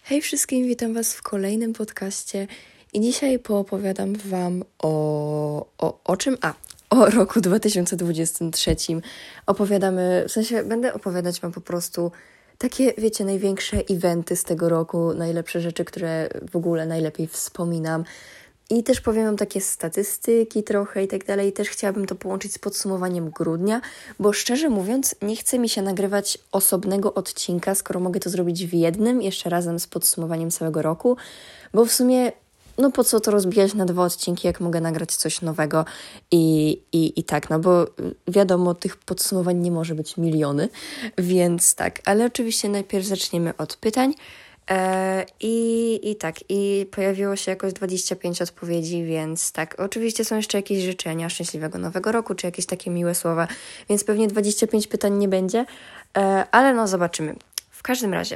Hej wszystkim, witam Was w kolejnym podcaście i dzisiaj poopowiadam Wam o czym? O roku 2023. Będę opowiadać Wam po prostu takie, wiecie, największe eventy z tego roku, najlepsze rzeczy, które w ogóle najlepiej wspominam. I też powiem Wam takie statystyki trochę i tak dalej. Też chciałabym to połączyć z podsumowaniem grudnia, bo szczerze mówiąc nie chce mi się nagrywać osobnego odcinka, skoro mogę to zrobić w jednym, jeszcze razem z podsumowaniem całego roku, bo w sumie po co to rozbijać na 2 odcinki, jak mogę nagrać coś nowego i tak, bo wiadomo, tych podsumowań nie może być miliony, więc tak, ale oczywiście najpierw zaczniemy od pytań. I pojawiło się jakoś 25 odpowiedzi, więc tak, oczywiście są jeszcze jakieś życzenia szczęśliwego nowego roku, czy jakieś takie miłe słowa, więc pewnie 25 pytań nie będzie, ale zobaczymy. W każdym razie,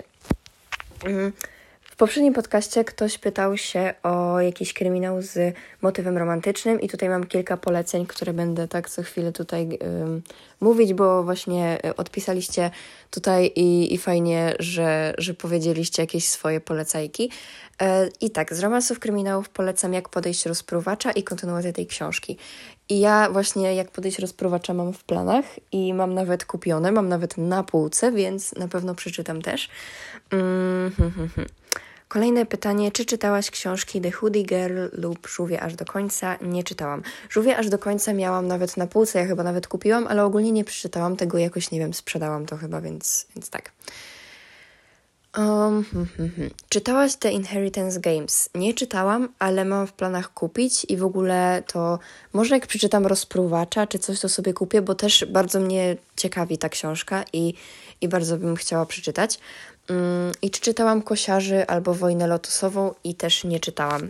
w poprzednim podcaście ktoś pytał się o jakiś kryminał z motywem romantycznym i tutaj mam kilka poleceń, które będę tak co chwilę tutaj mówić, bo właśnie odpisaliście tutaj i fajnie, że powiedzieliście jakieś swoje polecajki. I tak, z romansów kryminałów polecam Jak podejść rozpruwacza i kontynuację tej książki. I ja właśnie Jak podejść rozpruwacza mam w planach i mam nawet kupione, mam nawet na półce, więc na pewno przeczytam też. Kolejne pytanie, czy czytałaś książki The Hoodie Girl lub Żółwie aż do końca? Nie czytałam. Żółwie aż do końca miałam nawet na półce, ja chyba nawet kupiłam, ale ogólnie nie przeczytałam tego, jakoś nie wiem, sprzedałam to chyba, więc tak. Czytałaś The Inheritance Games? Nie czytałam, ale mam w planach kupić i w ogóle to może jak przeczytam Rozpruwacza czy coś, to sobie kupię, bo też bardzo mnie ciekawi ta książka i bardzo bym chciała przeczytać. I czy czytałam Kosiarzy albo Wojnę lotosową i też nie czytałam.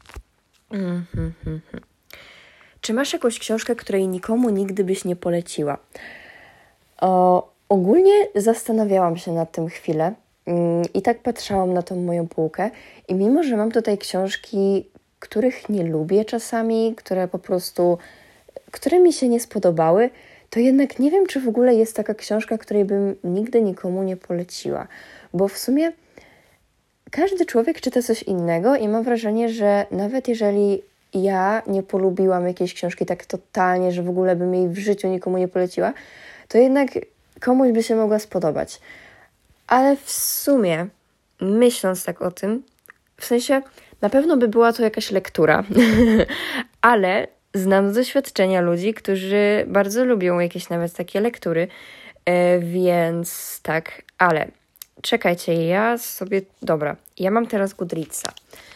Czy masz jakąś książkę, której nikomu nigdy byś nie poleciła? Ogólnie zastanawiałam się nad tym chwilę i tak patrzałam na tą moją półkę i mimo, że mam tutaj książki, których nie lubię czasami, które mi się nie spodobały, to jednak nie wiem, czy w ogóle jest taka książka, której bym nigdy nikomu nie poleciła. Bo w sumie każdy człowiek czyta coś innego i mam wrażenie, że nawet jeżeli ja nie polubiłam jakiejś książki tak totalnie, że w ogóle bym jej w życiu nikomu nie poleciła, to jednak komuś by się mogła spodobać. Ale w sumie, myśląc tak o tym, w sensie na pewno by była to jakaś lektura, ale znam z doświadczenia ludzi, którzy bardzo lubią jakieś nawet takie lektury, więc tak, ale czekajcie, ja mam teraz Goodreadsa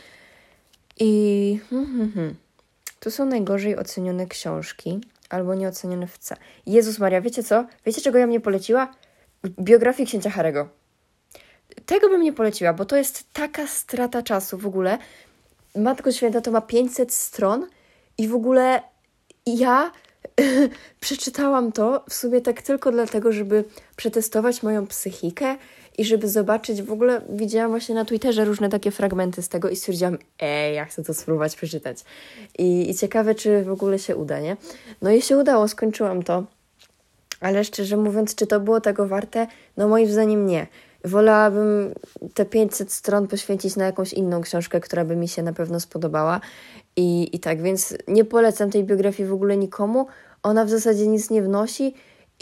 i tu są najgorzej ocenione książki, albo nieocenione w C. Jezus Maria, wiecie co? Wiecie, czego ja bym nie poleciła? Biografii księcia Harry'ego. Tego bym nie poleciła, bo to jest taka strata czasu w ogóle. Matko Święta to ma 500 stron i w ogóle ja przeczytałam to w sumie tak tylko dlatego, żeby przetestować moją psychikę i żeby zobaczyć, w ogóle widziałam właśnie na Twitterze różne takie fragmenty z tego i stwierdziłam, ja chcę to spróbować przeczytać. I ciekawe, czy w ogóle się uda, nie? No i się udało, skończyłam to. Ale szczerze mówiąc, czy to było tego warte? No moim zdaniem nie. Wolałabym te 500 stron poświęcić na jakąś inną książkę, która by mi się na pewno spodobała. I tak, więc nie polecam tej biografii w ogóle nikomu. Ona w zasadzie nic nie wnosi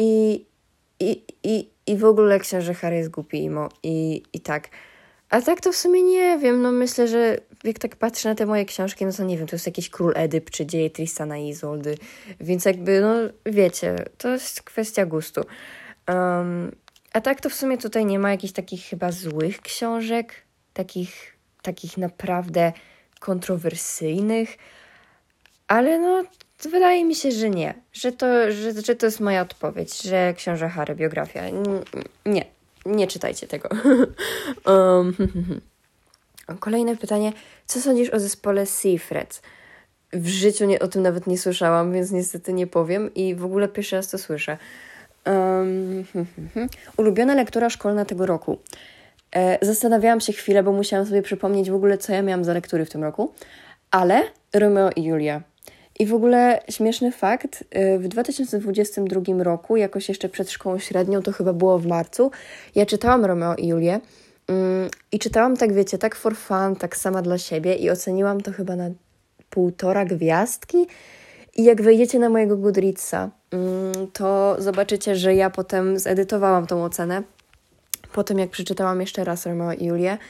i w ogóle książę Harry jest głupi i tak. A tak to w sumie nie wiem, myślę, że jak tak patrzę na te moje książki, to nie wiem, to jest jakiś Król Edyp, czy Dzieje Tristana i Izoldy, więc jakby, wiecie, to jest kwestia gustu. A tak to w sumie tutaj nie ma jakichś takich chyba złych książek, takich naprawdę kontrowersyjnych, ale wydaje mi się, że nie, że to jest moja odpowiedź, że książę Harry, biografia, nie czytajcie tego. Kolejne pytanie, co sądzisz o zespole Seafreds? W życiu o tym nawet nie słyszałam, więc niestety nie powiem i w ogóle pierwszy raz to słyszę. Ulubiona lektura szkolna tego roku. Zastanawiałam się chwilę, bo musiałam sobie przypomnieć w ogóle, co ja miałam za lektury w tym roku, ale Romeo i Julia. I w ogóle śmieszny fakt, w 2022 roku, jakoś jeszcze przed szkołą średnią, to chyba było w marcu, ja czytałam Romeo i Julię I czytałam tak, wiecie, tak for fun, tak sama dla siebie i oceniłam to chyba na 1,5 gwiazdki. I jak wejdziecie na mojego Goodreadsa, to zobaczycie, że ja potem zedytowałam tą ocenę. Potem jak przeczytałam jeszcze raz Romeo i Julię.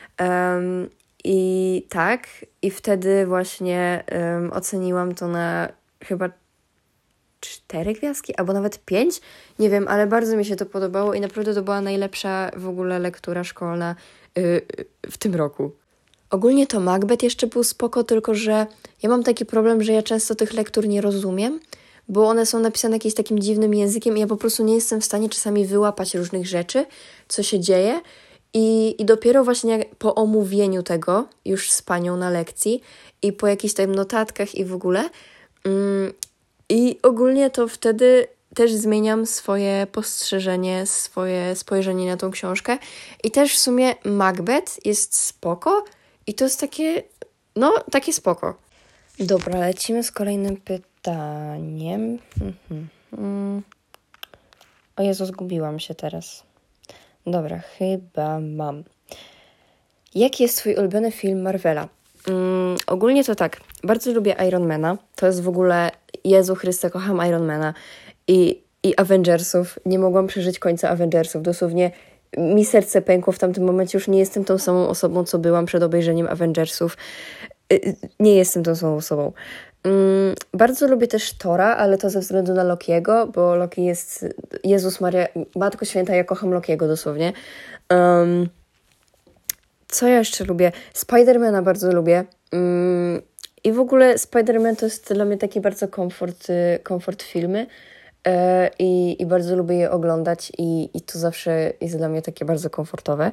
I tak, i wtedy właśnie oceniłam to na chyba 4 gwiazdki, albo nawet 5. Nie wiem, ale bardzo mi się to podobało i naprawdę to była najlepsza w ogóle lektura szkolna w tym roku. Ogólnie to Macbeth jeszcze był spoko, tylko że ja mam taki problem, że ja często tych lektur nie rozumiem, bo one są napisane jakimś takim dziwnym językiem i ja po prostu nie jestem w stanie czasami wyłapać różnych rzeczy, co się dzieje. I dopiero właśnie po omówieniu tego już z panią na lekcji i po jakichś tam notatkach i w ogóle i ogólnie to wtedy też zmieniam swoje postrzeżenie, swoje spojrzenie na tą książkę i też w sumie Macbeth jest spoko i to jest takie spoko. Dobra, lecimy z kolejnym pytaniem. O Jezu, zgubiłam się teraz. Dobra, chyba mam. Jaki jest twój ulubiony film Marvela? Ogólnie to tak, bardzo lubię Ironmana. To jest w ogóle, Jezu Chryste, kocham Ironmana i Avengersów. Nie mogłam przeżyć końca Avengersów. Dosłownie mi serce pękło w tamtym momencie. Już nie jestem tą samą osobą, co byłam przed obejrzeniem Avengersów. Nie jestem tą samą osobą. Bardzo lubię też Thora, ale to ze względu na Lokiego, bo Loki jest... Jezus Maria, Matko Święta, ja kocham Lokiego dosłownie. Co ja jeszcze lubię? Spidermana bardzo lubię. I w ogóle Spiderman to jest dla mnie taki bardzo komfort filmy. I bardzo lubię je oglądać i to zawsze jest dla mnie takie bardzo komfortowe.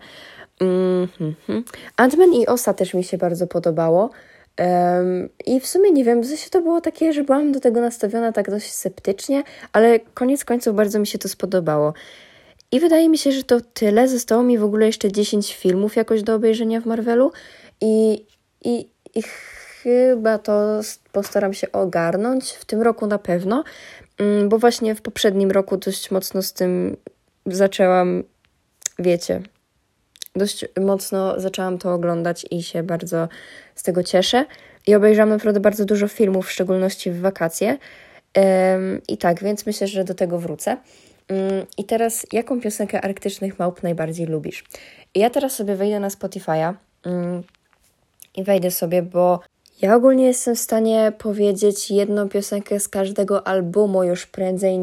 Ant-Man i Osa też mi się bardzo podobało. I w sumie nie wiem, w sensie to było takie, że byłam do tego nastawiona tak dość sceptycznie, ale koniec końców bardzo mi się to spodobało. I wydaje mi się, że to tyle. Zostało mi w ogóle jeszcze 10 filmów jakoś do obejrzenia w Marvelu i chyba to postaram się ogarnąć w tym roku na pewno, bo właśnie w poprzednim roku dość mocno z tym zaczęłam, wiecie, dość mocno zaczęłam to oglądać i się bardzo z tego cieszę. I obejrzałam naprawdę bardzo dużo filmów, w szczególności w wakacje. I tak, więc myślę, że do tego wrócę. I teraz, jaką piosenkę Arktycznych Małp najbardziej lubisz? I ja teraz sobie wejdę na Spotify'a i wejdę sobie, bo ja ogólnie jestem w stanie powiedzieć jedną piosenkę z każdego albumu już prędzej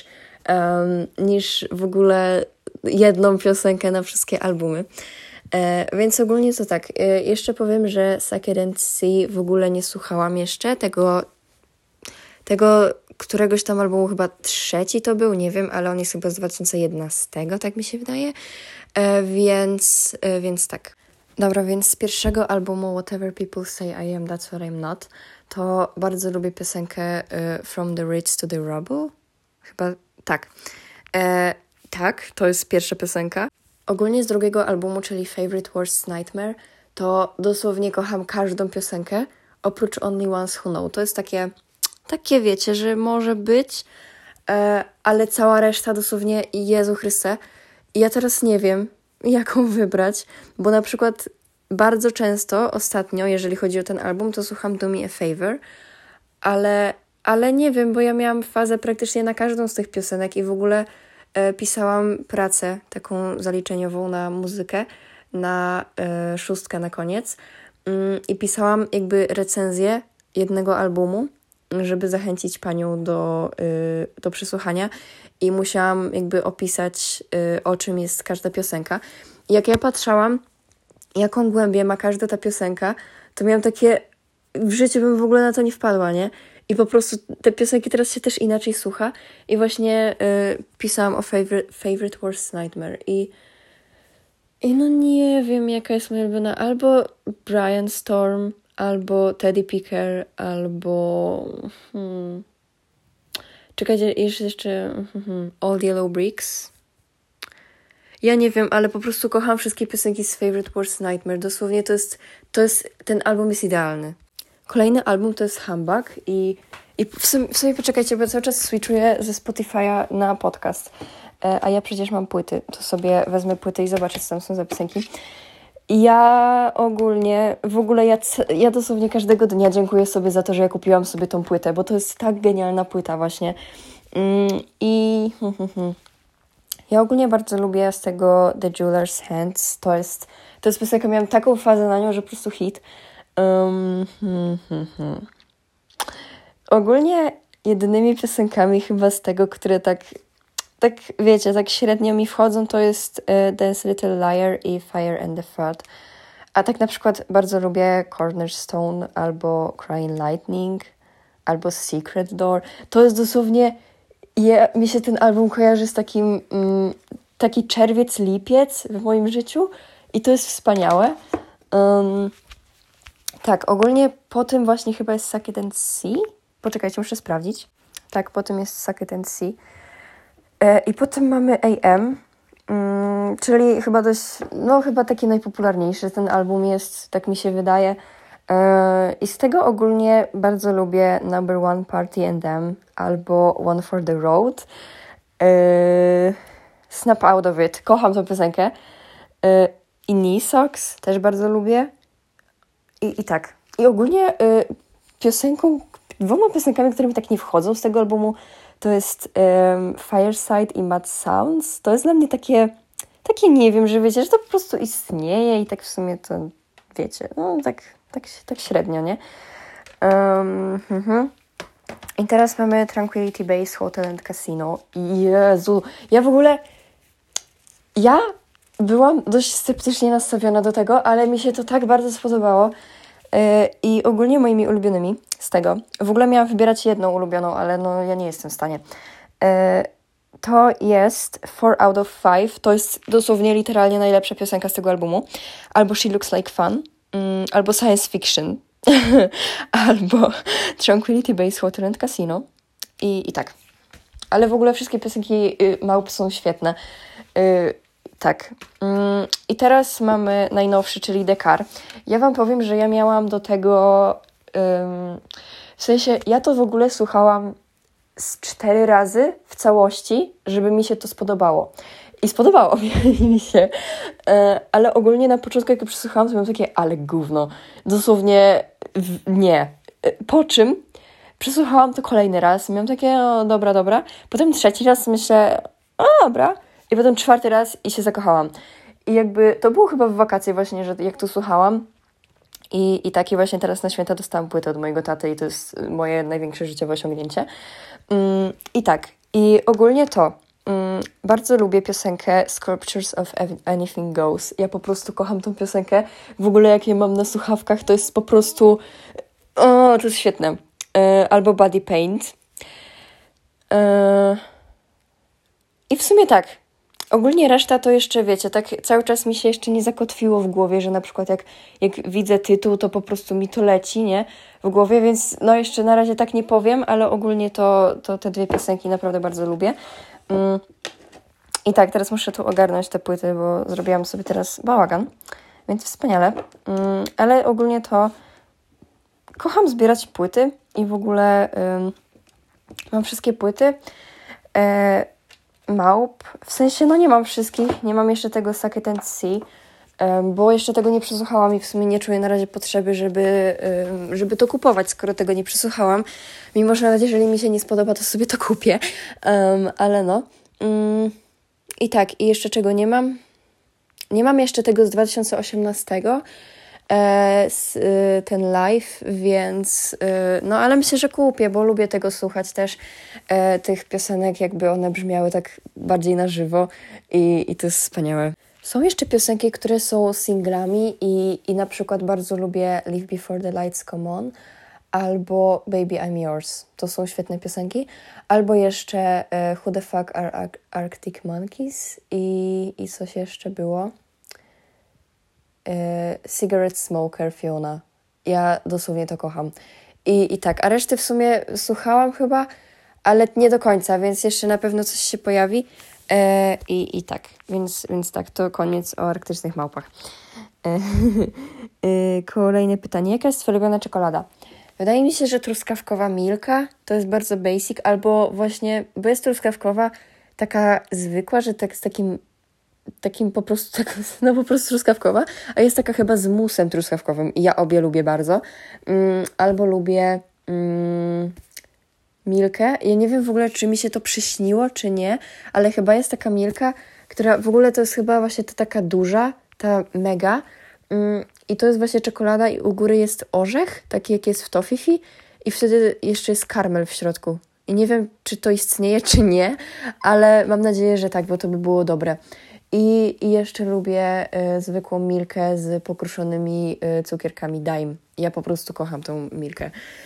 niż w ogóle jedną piosenkę na wszystkie albumy. Więc ogólnie to tak. Jeszcze powiem, że Suck It and See w ogóle nie słuchałam jeszcze. Tego któregoś tam albumu, chyba 3 to był, nie wiem, ale on jest chyba z 2011, tak mi się wydaje. Więc tak. Dobra, więc z pierwszego albumu Whatever People Say I Am, That's What I'm Not, to bardzo lubię piosenkę From the Rich to the Rubble. Chyba tak. Tak, to jest pierwsza piosenka. Ogólnie z drugiego albumu, czyli Favorite Worst Nightmare, to dosłownie kocham każdą piosenkę, oprócz Only Ones Who Know. To jest takie wiecie, że może być, ale cała reszta dosłownie, Jezu Chryste. I ja teraz nie wiem, jaką wybrać, bo na przykład bardzo często ostatnio, jeżeli chodzi o ten album, to słucham Do Me a Favor, ale nie wiem, bo ja miałam fazę praktycznie na każdą z tych piosenek i w ogóle pisałam pracę taką zaliczeniową na muzykę, na 6 na koniec i pisałam jakby recenzję jednego albumu, żeby zachęcić panią do przesłuchania i musiałam jakby opisać, o czym jest każda piosenka. I jak ja patrzałam, jaką głębię ma każda ta piosenka, to miałam takie, w życiu bym w ogóle na to nie wpadła, nie? I po prostu te piosenki teraz się też inaczej słucha. I właśnie pisałam o Favorite Worst Nightmare. I no nie wiem, jaka jest moja ulubiona. Albo Brian Storm, albo Teddy Picker, albo... Czekajcie, jeszcze All Yellow Bricks. Ja nie wiem, ale po prostu kocham wszystkie piosenki z Favorite Worst Nightmare. Dosłownie ten album jest idealny. Kolejny album to jest Humbug i w sumie poczekajcie, bo cały czas switchuję ze Spotify'a na podcast. a ja przecież mam płyty, to sobie wezmę płyty i zobaczę, co tam są za piosenki. Ja ogólnie, w ogóle ja dosłownie każdego dnia dziękuję sobie za to, że ja kupiłam sobie tą płytę, bo to jest tak genialna płyta właśnie. I ja ogólnie bardzo lubię z tego The Jeweler's Hands. To jest piosenka, miałam taką fazę na nią, że po prostu hit. Ogólnie jedynymi piosenkami chyba z tego, które tak wiecie, tak średnio mi wchodzą, to jest Dance Little Liar i Fire and the Flood. A tak na przykład bardzo lubię Cornerstone albo Crying Lightning albo Secret Door. To jest dosłownie, mi się ten album kojarzy z takim taki czerwiec, lipiec w moim życiu i to jest wspaniałe. Tak, ogólnie po tym właśnie chyba jest Suck It and See. Poczekajcie, muszę sprawdzić. Tak, po tym jest Suck It and See. I potem mamy AM, czyli chyba chyba taki najpopularniejszy ten album jest, tak mi się wydaje. I z tego ogólnie bardzo lubię Number One Party and Them albo One for the Road. Snap Out of It, kocham tę piosenkę. I Knee Socks też bardzo lubię. I tak. I ogólnie dwoma piosenkami, które mi tak nie wchodzą z tego albumu, to jest Fireside i Mad Sounds. To jest dla mnie takie nie wiem, że wiecie, że to po prostu istnieje i tak w sumie to wiecie, no tak średnio, nie? I teraz mamy Tranquility Base, Hotel and Casino. Jezu, ja byłam dość sceptycznie nastawiona do tego, ale mi się to tak bardzo spodobało. I ogólnie moimi ulubionymi z tego. W ogóle miałam wybierać jedną ulubioną, ale no ja nie jestem w stanie. To jest 4 out of 5. To jest dosłownie literalnie najlepsza piosenka z tego albumu. Albo She Looks Like Fun, albo Science Fiction, albo Tranquility Base, Hotel and Casino. I tak. Ale w ogóle wszystkie piosenki Małp są świetne. Tak. I teraz mamy najnowszy, czyli The Car. Ja wam powiem, że ja miałam do tego... w sensie, ja to w ogóle słuchałam z 4 razy w całości, żeby mi się to spodobało. I spodobało mi się. Ale ogólnie na początku, jak to przesłuchałam, to miałam takie, ale gówno. Dosłownie nie. Po czym przesłuchałam to kolejny raz. Miałam takie, no dobra. Potem 3. raz myślę, dobra. I potem 4. raz i się zakochałam. I jakby to było chyba w wakacje właśnie, że jak to słuchałam. I takie właśnie teraz na święta dostałam płytę od mojego taty i to jest moje największe życiowe osiągnięcie. I tak. I ogólnie to bardzo lubię piosenkę Sculptures of Anything Goes. Ja po prostu kocham tą piosenkę. W ogóle jak je mam na słuchawkach, to jest po prostu... to jest świetne. Albo Body Paint. I w sumie tak. Ogólnie reszta to jeszcze, wiecie, tak cały czas mi się jeszcze nie zakotwiło w głowie, że na przykład jak widzę tytuł, to po prostu mi to leci, nie? W głowie, więc no jeszcze na razie tak nie powiem, ale ogólnie to te 2 piosenki naprawdę bardzo lubię. I tak, teraz muszę tu ogarnąć te płyty, bo zrobiłam sobie teraz bałagan, więc wspaniale. Ale ogólnie to kocham zbierać płyty i w ogóle mam wszystkie płyty. Małp, w sensie, no nie mam wszystkich, nie mam jeszcze tego Suck It and See, bo jeszcze tego nie przesłuchałam i w sumie nie czuję na razie potrzeby, żeby to kupować, skoro tego nie przesłuchałam. Mimo że nawet jeżeli mi się nie spodoba, to sobie to kupię, ale no. I tak, i jeszcze czego nie mam? Nie mam jeszcze tego z 2018, ten live, więc no ale myślę, że kupię, bo lubię tego słuchać też, tych piosenek, jakby one brzmiały tak bardziej na żywo i to jest wspaniałe. Są jeszcze piosenki, które są singlami i na przykład bardzo lubię Live Before the Lights Come On albo Baby I'm Yours. To są świetne piosenki. Albo jeszcze Who the Fuck Are Arctic Monkeys i coś jeszcze było. Cigarette Smoker Fiona. Ja dosłownie to kocham. I tak, a reszty w sumie słuchałam chyba, ale nie do końca, więc jeszcze na pewno coś się pojawi. I tak, więc tak, to koniec o arktycznych małpach. Kolejne pytanie. Jaka jest twoja ulubiona czekolada? Wydaje mi się, że truskawkowa Milka to jest bardzo basic, albo właśnie, bo jest truskawkowa, taka zwykła, że tak z takim po prostu, no po prostu truskawkowa, a jest taka chyba z musem truskawkowym i ja obie lubię bardzo. Albo lubię Milkę. Ja nie wiem w ogóle, czy mi się to przyśniło, czy nie, ale chyba jest taka Milka, która w ogóle to jest chyba właśnie ta taka duża, ta mega. I to jest właśnie czekolada i u góry jest orzech, taki jak jest w Toffifee i wtedy jeszcze jest karmel w środku. I nie wiem, czy to istnieje, czy nie, ale mam nadzieję, że tak, bo to by było dobre. I jeszcze lubię zwykłą Milkę z pokruszonymi cukierkami Daim. Ja po prostu kocham tą Milkę.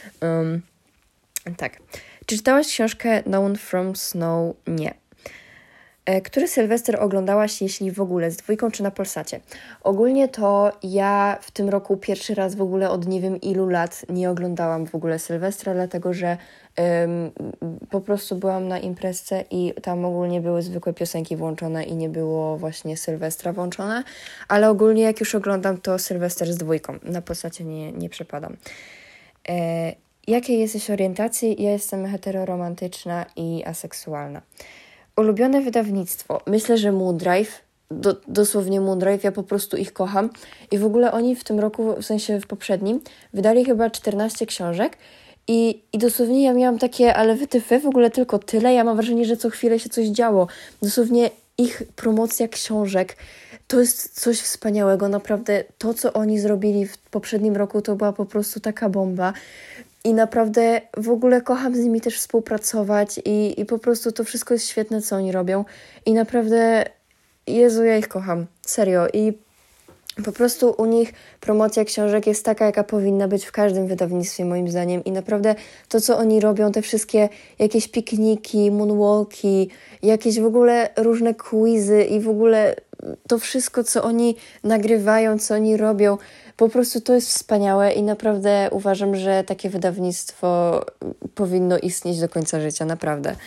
Tak. Czy czytałaś książkę Known from Snow? Nie. Który Sylwester oglądałaś, jeśli w ogóle, z dwójką czy na Polsacie? Ogólnie to ja w tym roku pierwszy raz w ogóle od nie wiem ilu lat nie oglądałam w ogóle Sylwestra, dlatego że po prostu byłam na imprezce i tam ogólnie były zwykłe piosenki włączone i nie było właśnie Sylwestra włączone, ale ogólnie jak już oglądam, to Sylwester z dwójką. Na Polsacie nie przepadam. Jakiej jesteś orientacji? Ja jestem heteroromantyczna i aseksualna. Ulubione wydawnictwo. Myślę, że Moondrive. Dosłownie Moondrive. Ja po prostu ich kocham. I w ogóle oni w tym roku, w sensie w poprzednim, wydali chyba 14 książek. I dosłownie ja miałam takie, ale wytyfy, w ogóle tylko tyle. Ja mam wrażenie, że co chwilę się coś działo. Dosłownie ich promocja książek to jest coś wspaniałego. Naprawdę to, co oni zrobili w poprzednim roku, to była po prostu taka bomba. I naprawdę w ogóle kocham z nimi też współpracować i po prostu to wszystko jest świetne, co oni robią. I naprawdę, Jezu, ja ich kocham. Serio. I po prostu u nich promocja książek jest taka, jaka powinna być w każdym wydawnictwie, moim zdaniem. I naprawdę to, co oni robią, te wszystkie jakieś pikniki, moonwalki, jakieś w ogóle różne quizy i w ogóle to wszystko, co oni nagrywają, co oni robią, po prostu to jest wspaniałe i naprawdę uważam, że takie wydawnictwo powinno istnieć do końca życia, naprawdę.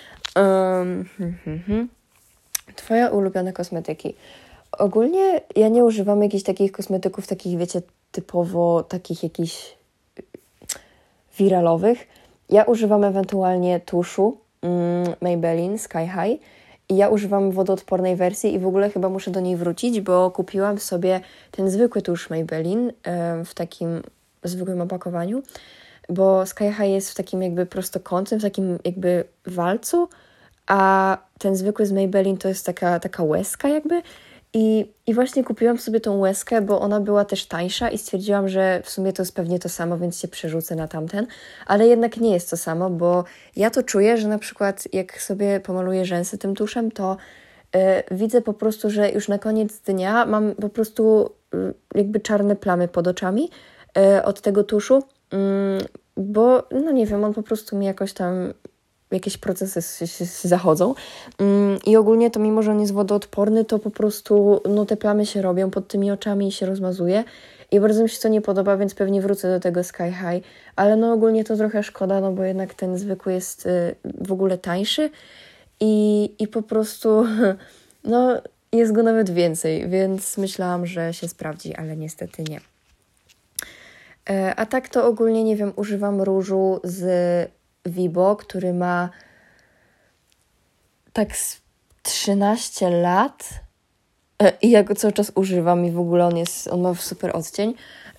Twoje ulubione kosmetyki. Ogólnie ja nie używam jakichś takich kosmetyków, takich wiecie, typowo takich jakichś wiralowych. Ja używam ewentualnie tuszu Maybelline Sky High i ja używam wodoodpornej wersji i w ogóle chyba muszę do niej wrócić, bo kupiłam sobie ten zwykły tusz Maybelline w takim zwykłym opakowaniu, bo Sky High jest w takim jakby prostokątnym, w takim jakby walcu, a ten zwykły z Maybelline to jest taka łezka jakby. I właśnie kupiłam sobie tą łezkę, bo ona była też tańsza i stwierdziłam, że w sumie to jest pewnie to samo, więc się przerzucę na tamten. Ale jednak nie jest to samo, bo ja to czuję, że na przykład jak sobie pomaluję rzęsy tym tuszem, to widzę po prostu, że już na koniec dnia mam po prostu jakby czarne plamy pod oczami od tego tuszu, bo no nie wiem, on po prostu mi jakoś tam jakieś procesy się zachodzą i ogólnie to mimo, że on jest wodoodporny, to po prostu no te plamy się robią pod tymi oczami i się rozmazuje i bardzo mi się to nie podoba, więc pewnie wrócę do tego Sky High, ale no ogólnie to trochę szkoda, no bo jednak ten zwykły jest w ogóle tańszy i po prostu no jest go nawet więcej, więc myślałam, że się sprawdzi, ale niestety nie. A tak to ogólnie, nie wiem, używam różu z Vibo, który ma tak 13 lat i ja go cały czas używam i w ogóle on ma super odcień.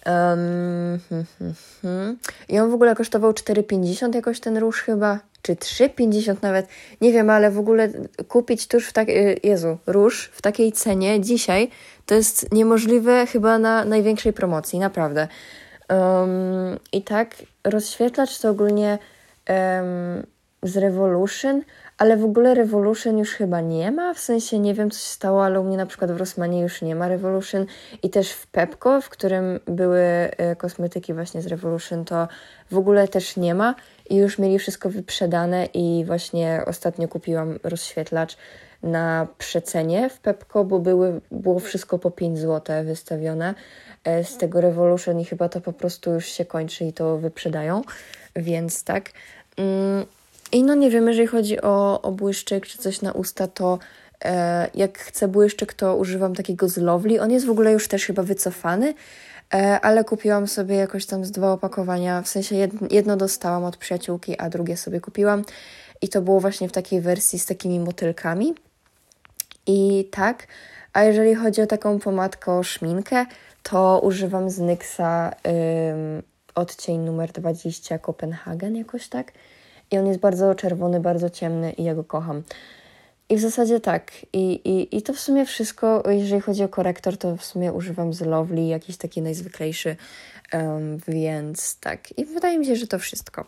I on w ogóle kosztował 4,50 jakoś ten róż chyba, czy 3,50 nawet, nie wiem, ale w ogóle kupić tuż róż w takiej cenie dzisiaj to jest niemożliwe chyba na największej promocji, naprawdę. I tak rozświetlacz to ogólnie z Revolution, ale w ogóle Revolution już chyba nie ma, w sensie nie wiem co się stało, ale u mnie na przykład w Rossmanie już nie ma Revolution i też w Pepco, w którym były kosmetyki właśnie z Revolution, to w ogóle też nie ma i już mieli wszystko wyprzedane i właśnie ostatnio kupiłam rozświetlacz na przecenie w Pepco, bo było wszystko po 5 zł wystawione z tego Revolution i chyba to po prostu już się kończy i to wyprzedają, więc tak. I no nie wiem, jeżeli chodzi o błyszczyk czy coś na usta, to jak chcę błyszczyk, to używam takiego z Lovely. On jest w ogóle już też chyba wycofany, ale kupiłam sobie jakoś tam z 2 opakowania, w sensie jedno dostałam od przyjaciółki, a drugie sobie kupiłam. i to było właśnie w takiej wersji z takimi motylkami. I tak, a jeżeli chodzi o taką pomadkę, o szminkę, to używam z NYXa odcień numer 20 Kopenhagen jakoś tak. I on jest bardzo czerwony, bardzo ciemny i ja go kocham. I w zasadzie tak. I to w sumie wszystko, jeżeli chodzi o korektor, to w sumie używam z Lovely, jakiś taki najzwyklejszy, więc tak. I wydaje mi się, że to wszystko.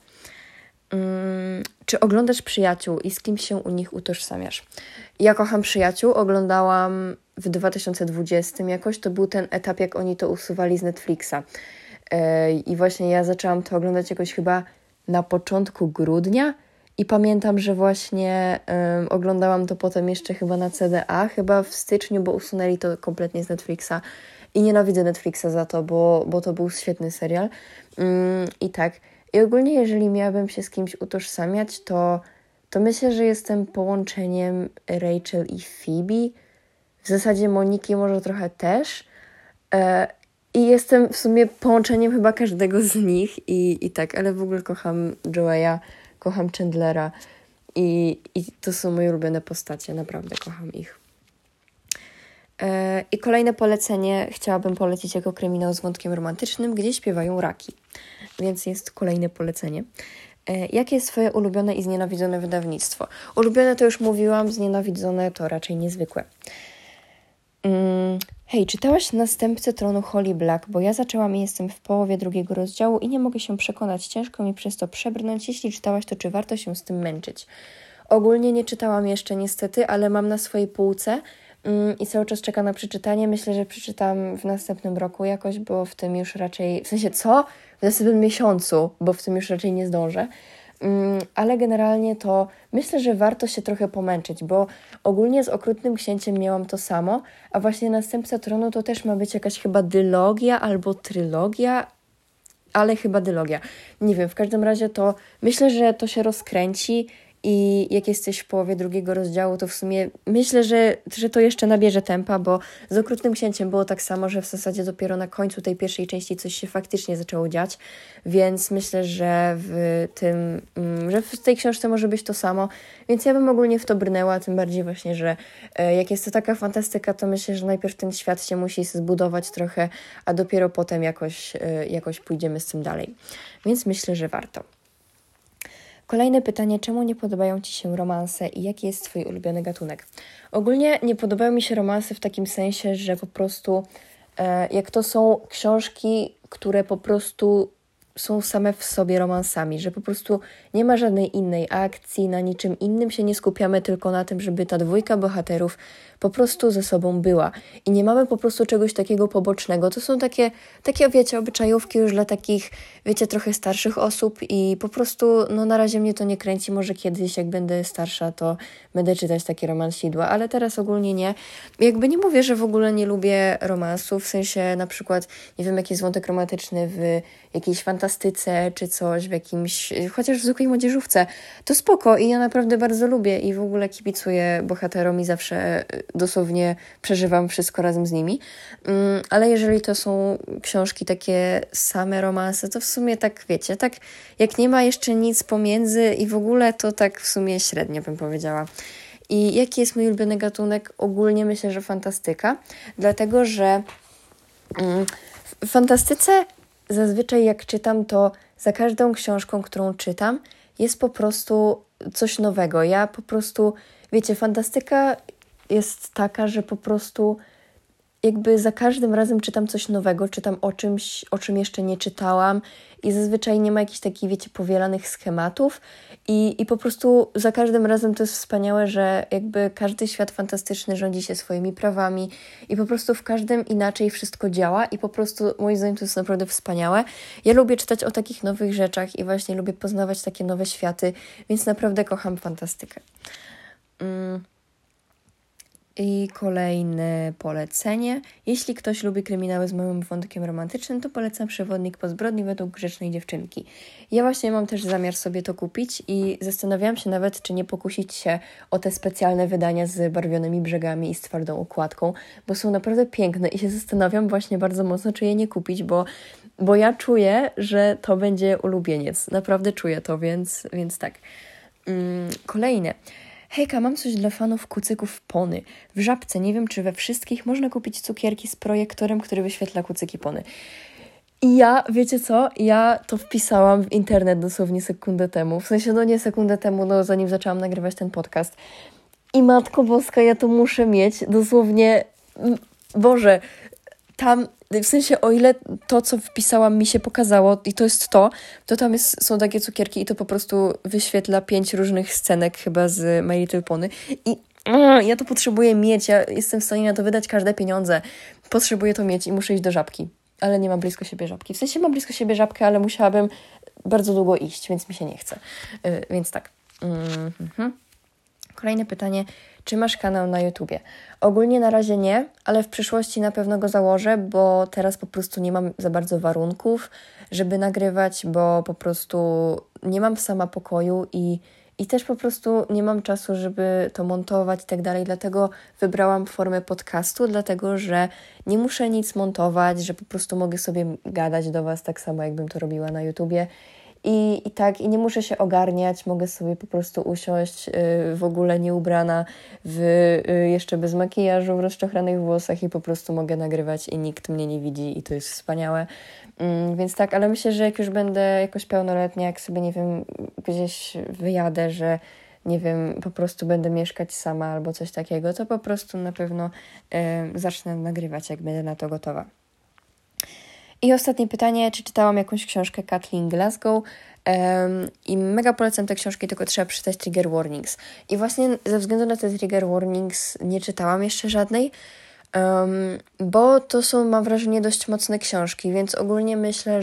Czy oglądasz Przyjaciół i z kim się u nich utożsamiasz? Ja kocham Przyjaciół, oglądałam w 2020 jakoś, to był ten etap, jak oni to usuwali z Netflixa. I właśnie ja zaczęłam to oglądać jakoś chyba na początku grudnia i pamiętam, że właśnie oglądałam to potem jeszcze chyba na CDA, chyba w styczniu, bo usunęli to kompletnie z Netflixa i nienawidzę Netflixa za to, bo to był świetny serial. I tak. I ogólnie jeżeli miałabym się z kimś utożsamiać, to myślę, że jestem połączeniem Rachel i Phoebe. W zasadzie Moniki może trochę też. I jestem w sumie połączeniem chyba każdego z nich i tak, ale w ogóle kocham Joeya, kocham Chandlera i to są moje ulubione postacie, naprawdę kocham ich. I kolejne polecenie chciałabym polecić jako kryminał z wątkiem romantycznym, gdzie śpiewają raki. Więc jest kolejne polecenie. Jakie jest Twoje ulubione i znienawidzone wydawnictwo? Ulubione to już mówiłam, znienawidzone to raczej niezwykłe. Hej, czytałaś Następcę Tronu Holly Black, bo ja zaczęłam i jestem w połowie 2 rozdziału i nie mogę się przekonać, ciężko mi przez to przebrnąć. Jeśli czytałaś, to czy warto się z tym męczyć? Ogólnie nie czytałam jeszcze niestety, ale mam na swojej półce i cały czas czekam na przeczytanie. Myślę, że przeczytam w następnym roku jakoś, bo w tym już raczej... W sensie co? W następnym miesiącu, bo w tym już raczej nie zdążę. Ale generalnie to myślę, że warto się trochę pomęczyć, bo ogólnie z Okrutnym Księciem miałam to samo, a właśnie Następca Tronu to też ma być jakaś chyba dylogia albo trylogia, ale chyba dylogia. Nie wiem, w każdym razie to myślę, że to się rozkręci i jak jesteś w połowie 2 rozdziału, to w sumie myślę, że to jeszcze nabierze tempa, bo z Okrutnym Księciem było tak samo, że w zasadzie dopiero na końcu tej pierwszej części coś się faktycznie zaczęło dziać, więc myślę, że w tej książce może być to samo, więc ja bym ogólnie w to brnęła, tym bardziej właśnie, że jak jest to taka fantastyka, to myślę, że najpierw ten świat się musi zbudować trochę, a dopiero potem jakoś pójdziemy z tym dalej, więc myślę, że warto. Kolejne pytanie, czemu nie podobają Ci się romanse i jaki jest Twój ulubiony gatunek? Ogólnie nie podobają mi się romanse w takim sensie, że po prostu jak to są książki, które po prostu są same w sobie romansami, że po prostu nie ma żadnej innej akcji, na niczym innym się nie skupiamy, tylko na tym, żeby ta 2 bohaterów po prostu ze sobą była. I nie mamy po prostu czegoś takiego pobocznego. To są takie wiecie, obyczajówki już dla takich, wiecie, trochę starszych osób i po prostu, no na razie mnie to nie kręci. Może kiedyś, jak będę starsza, to będę czytać takie romansidła, ale teraz ogólnie nie. Jakby nie mówię, że w ogóle nie lubię romansów, w sensie na przykład, nie wiem, jaki jest wątek romantyczny w jakiejś fantastyce czy coś, w jakimś, chociaż w zwykłej młodzieżówce, to spoko i ja naprawdę bardzo lubię i w ogóle kibicuję bohaterom i zawsze dosłownie przeżywam wszystko razem z nimi, ale jeżeli to są książki takie same romanse, to w sumie tak wiecie, tak jak nie ma jeszcze nic pomiędzy i w ogóle to tak w sumie średnio bym powiedziała. I jaki jest mój ulubiony gatunek? Ogólnie myślę, że fantastyka, dlatego że w fantastyce zazwyczaj jak czytam, to za każdą książką, którą czytam, jest po prostu coś nowego. Ja po prostu, wiecie, fantastyka jest taka, że po prostu jakby za każdym razem czytam coś nowego, czytam o czymś, o czym jeszcze nie czytałam i zazwyczaj nie ma jakichś takich, wiecie, powielanych schematów i po prostu za każdym razem to jest wspaniałe, że jakby każdy świat fantastyczny rządzi się swoimi prawami i po prostu w każdym inaczej wszystko działa i po prostu moim zdaniem to jest naprawdę wspaniałe. Ja lubię czytać o takich nowych rzeczach i właśnie lubię poznawać takie nowe światy, więc naprawdę kocham fantastykę. I kolejne polecenie. Jeśli ktoś lubi kryminały z małym wątkiem romantycznym, to polecam Przewodnik po zbrodni według Grzecznej Dziewczynki. Ja właśnie mam też zamiar sobie to kupić i zastanawiałam się nawet, czy nie pokusić się o te specjalne wydania z barwionymi brzegami i z twardą okładką, bo są naprawdę piękne i się zastanawiam właśnie bardzo mocno, czy je nie kupić, bo ja czuję, że to będzie ulubieniec. Naprawdę czuję to, więc tak. Kolejne. Hejka, mam coś dla fanów kucyków Pony. W Żabce, nie wiem czy we wszystkich, można kupić cukierki z projektorem, który wyświetla kucyki Pony. I ja, wiecie co? Ja to wpisałam w internet dosłownie sekundę temu. W sensie, no nie sekundę temu, no zanim zaczęłam nagrywać ten podcast. I Matko Boska, ja to muszę mieć. Dosłownie, Boże, tam, w sensie o ile to, co wpisałam mi się pokazało i to jest to tam są takie cukierki i to po prostu wyświetla 5 różnych scenek chyba z My Little Pony. I ja to potrzebuję mieć, ja jestem w stanie na to wydać każde pieniądze. Potrzebuję to mieć i muszę iść do Żabki. Ale nie mam blisko siebie Żabki. W sensie mam blisko siebie Żabkę, ale musiałabym bardzo długo iść, więc mi się nie chce. Więc tak. Kolejne pytanie. Czy masz kanał na YouTubie? Ogólnie na razie nie, ale w przyszłości na pewno go założę, bo teraz po prostu nie mam za bardzo warunków, żeby nagrywać, bo po prostu nie mam sama pokoju i też po prostu nie mam czasu, żeby to montować i tak dalej, dlatego wybrałam formę podcastu, dlatego że nie muszę nic montować, że po prostu mogę sobie gadać do Was tak samo, jakbym to robiła na YouTubie. I nie muszę się ogarniać, mogę sobie po prostu usiąść w ogóle nieubrana, jeszcze bez makijażu, w rozczochranych włosach i po prostu mogę nagrywać i nikt mnie nie widzi i to jest wspaniałe. Więc tak, ale myślę, że jak już będę jakoś pełnoletnia, jak sobie, nie wiem, gdzieś wyjadę, że nie wiem, po prostu będę mieszkać sama albo coś takiego, to po prostu na pewno zacznę nagrywać, jak będę na to gotowa. I ostatnie pytanie, czy czytałam jakąś książkę Kathleen Glasgow i mega polecam tę książkę, tylko trzeba przeczytać Trigger Warnings. I właśnie ze względu na te Trigger Warnings nie czytałam jeszcze żadnej, bo to są, mam wrażenie, dość mocne książki, więc ogólnie myślę,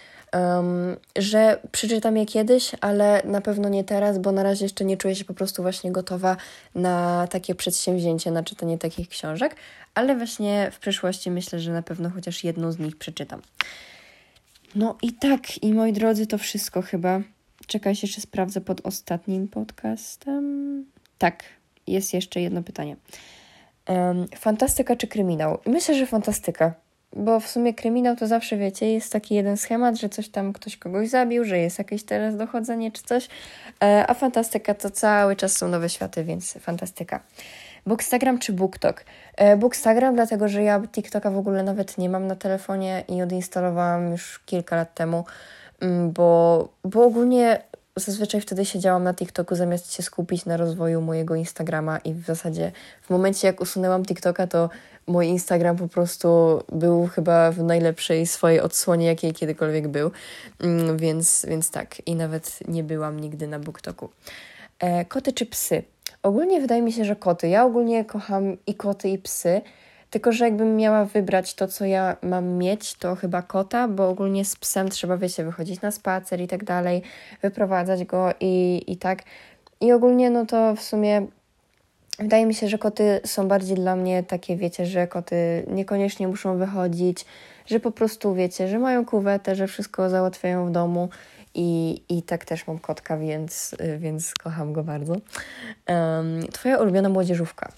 że przeczytam je kiedyś, ale na pewno nie teraz, bo na razie jeszcze nie czuję się po prostu właśnie gotowa na takie przedsięwzięcie, na czytanie takich książek, ale właśnie w przyszłości myślę, że na pewno chociaż jedną z nich przeczytam. No i tak, i moi drodzy, to wszystko chyba. Czekajcie, jeszcze sprawdzę pod ostatnim podcastem. Tak, jest jeszcze jedno pytanie. Fantastyka czy kryminał? Myślę, że fantastyka. Bo w sumie kryminał to zawsze, wiecie, jest taki jeden schemat, że coś tam ktoś kogoś zabił, że jest jakieś teraz dochodzenie czy coś, a fantastyka to cały czas są nowe światy, więc fantastyka. Bookstagram czy BookTok? Bookstagram, dlatego że ja TikToka w ogóle nawet nie mam na telefonie i odinstalowałam już kilka lat temu, bo ogólnie zazwyczaj wtedy siedziałam na TikToku zamiast się skupić na rozwoju mojego Instagrama i w zasadzie w momencie jak usunęłam TikToka, to mój Instagram po prostu był chyba w najlepszej swojej odsłonie, jakiej kiedykolwiek był, więc tak. I nawet nie byłam nigdy na BookToku. Koty czy psy? Ogólnie wydaje mi się, że koty. Ja ogólnie kocham i koty, i psy, tylko że jakbym miała wybrać to, co ja mam mieć, to chyba kota, bo ogólnie z psem trzeba, wiecie, wychodzić na spacer i tak dalej, wyprowadzać go i tak. I ogólnie no to w sumie wydaje mi się, że koty są bardziej dla mnie takie, wiecie, że koty niekoniecznie muszą wychodzić, że po prostu, wiecie, że mają kuwetę, że wszystko załatwiają w domu i tak też mam kotka, więc kocham go bardzo. Twoja ulubiona młodzieżówka?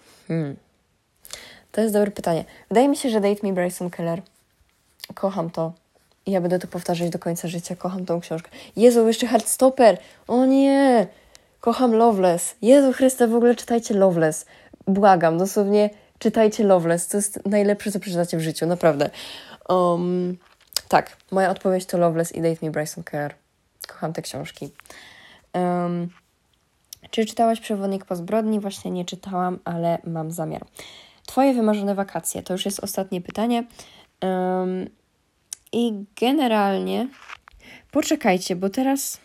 To jest dobre pytanie. Wydaje mi się, że Date Me Bryson Keller. Kocham to. I ja będę to powtarzać do końca życia. Kocham tą książkę. Jezu, jeszcze Heartstopper! O nie! Kocham Loveless. Jezu Chryste, w ogóle czytajcie Loveless. Błagam, dosłownie czytajcie Loveless. To jest najlepsze, co przeczytacie w życiu. Naprawdę. Tak, moja odpowiedź to Loveless i Date Me Bryson Keller. Kocham te książki. Czy czytałaś Przewodnik po zbrodni? Właśnie nie czytałam, ale mam zamiar. Twoje wymarzone wakacje. To już jest ostatnie pytanie. I generalnie... Poczekajcie, bo teraz...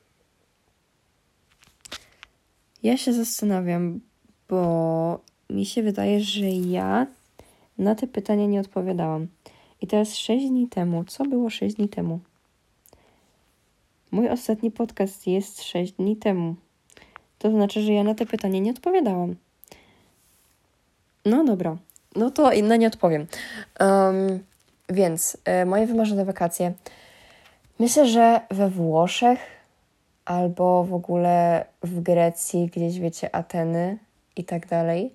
Ja się zastanawiam, bo mi się wydaje, że ja na te pytania nie odpowiadałam. I teraz 6 dni temu. Co było 6 dni temu? Mój ostatni podcast jest 6 dni temu. To znaczy, że ja na te pytania nie odpowiadałam. No dobra. No to inne nie odpowiem. Więc moje wymarzone wakacje. Myślę, że we Włoszech albo w ogóle w Grecji, gdzieś wiecie, Ateny i tak dalej.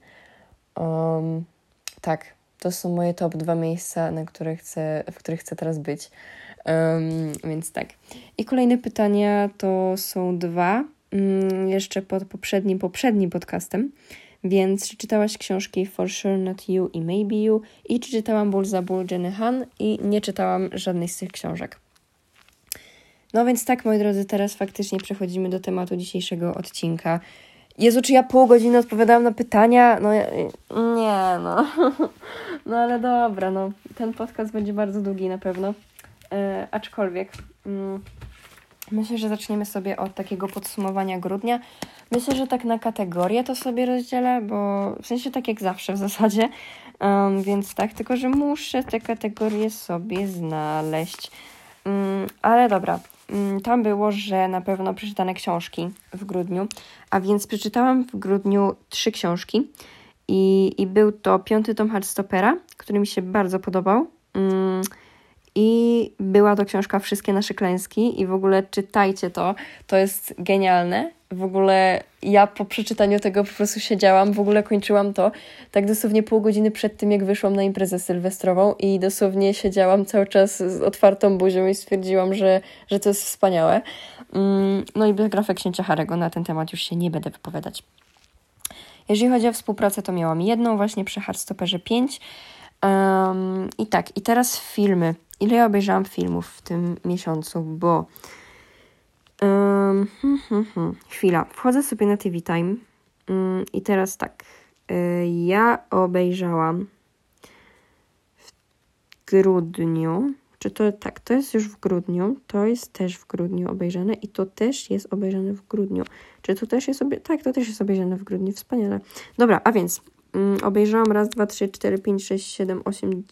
Tak, to są moje top 2 miejsca, w których chcę teraz być. Więc tak. I kolejne pytania to są 2. jeszcze pod poprzednim podcastem. Więc czy czytałaś książki For Sure Not You i Maybe You i czy czytałam Ból za ból Jenny Han i nie czytałam żadnej z tych książek. No więc tak, moi drodzy, teraz faktycznie przechodzimy do tematu dzisiejszego odcinka. Jezu, czy ja pół godziny odpowiadałam na pytania? No nie, no. No ale dobra, no. Ten podcast będzie bardzo długi na pewno. Aczkolwiek myślę, że zaczniemy sobie od takiego podsumowania grudnia. Myślę, że tak na kategorie to sobie rozdzielę, bo w sensie tak jak zawsze w zasadzie. Więc tak, tylko że muszę te kategorie sobie znaleźć. Ale dobra. Tam było, że na pewno przeczytane książki w grudniu, a więc przeczytałam w grudniu 3 książki i był to 5. tom Heartstopera, który mi się bardzo podobał i była to książka Wszystkie nasze klęski i w ogóle czytajcie to jest genialne. W ogóle ja po przeczytaniu tego po prostu siedziałam, w ogóle kończyłam to tak dosłownie pół godziny przed tym, jak wyszłam na imprezę sylwestrową i dosłownie siedziałam cały czas z otwartą buzią i stwierdziłam, że to jest wspaniałe. No i biografię księcia Harry'ego, na ten temat już się nie będę wypowiadać. Jeżeli chodzi o współpracę, to miałam jedną właśnie przy Heartstopperze 5. I tak, i teraz filmy. Ile ja obejrzałam filmów w tym miesiącu, bo chwila, wchodzę sobie na TV Time i teraz tak, ja obejrzałam w grudniu, czy to tak, to jest już w grudniu, to jest też w grudniu obejrzane i to też jest obejrzane w grudniu. Czy to też jest tak, to też jest obejrzane w grudniu, wspaniale. Dobra, a więc obejrzałam 1, 2, 3, 4, 5, 6, 7, 8,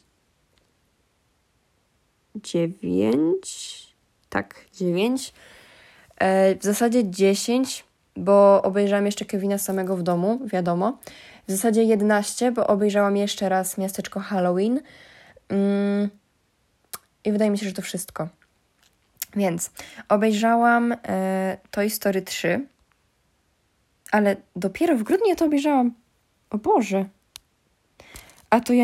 9, tak, 9. W zasadzie 10, bo obejrzałam jeszcze Kevina samego w domu, wiadomo. W zasadzie 11, bo obejrzałam jeszcze raz Miasteczko Halloween. I wydaje mi się, że to wszystko. Więc obejrzałam Toy Story 3, ale dopiero w grudniu to obejrzałam. O Boże. A to ja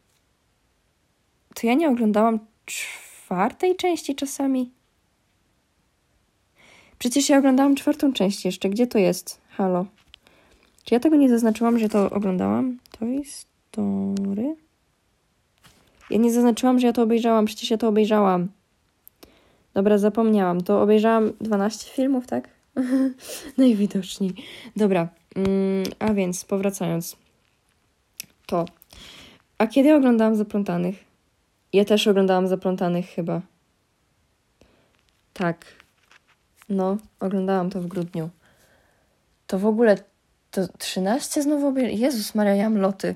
nie oglądałam 4. części czasami. Przecież ja oglądałam 4. część jeszcze. Gdzie to jest? Halo. Czy ja tego nie zaznaczyłam, że to oglądałam? Toy Story? Ja nie zaznaczyłam, że ja to obejrzałam. Przecież ja to obejrzałam. Dobra, zapomniałam. To obejrzałam 12 filmów, tak? Najwidoczniej. Dobra. A więc, powracając. To. A kiedy oglądałam Zaplątanych? Ja też oglądałam Zaplątanych chyba. Tak. No, oglądałam to w grudniu. To w ogóle to 13 znowu obejrzałam. Jezus Maria, ja mam loty.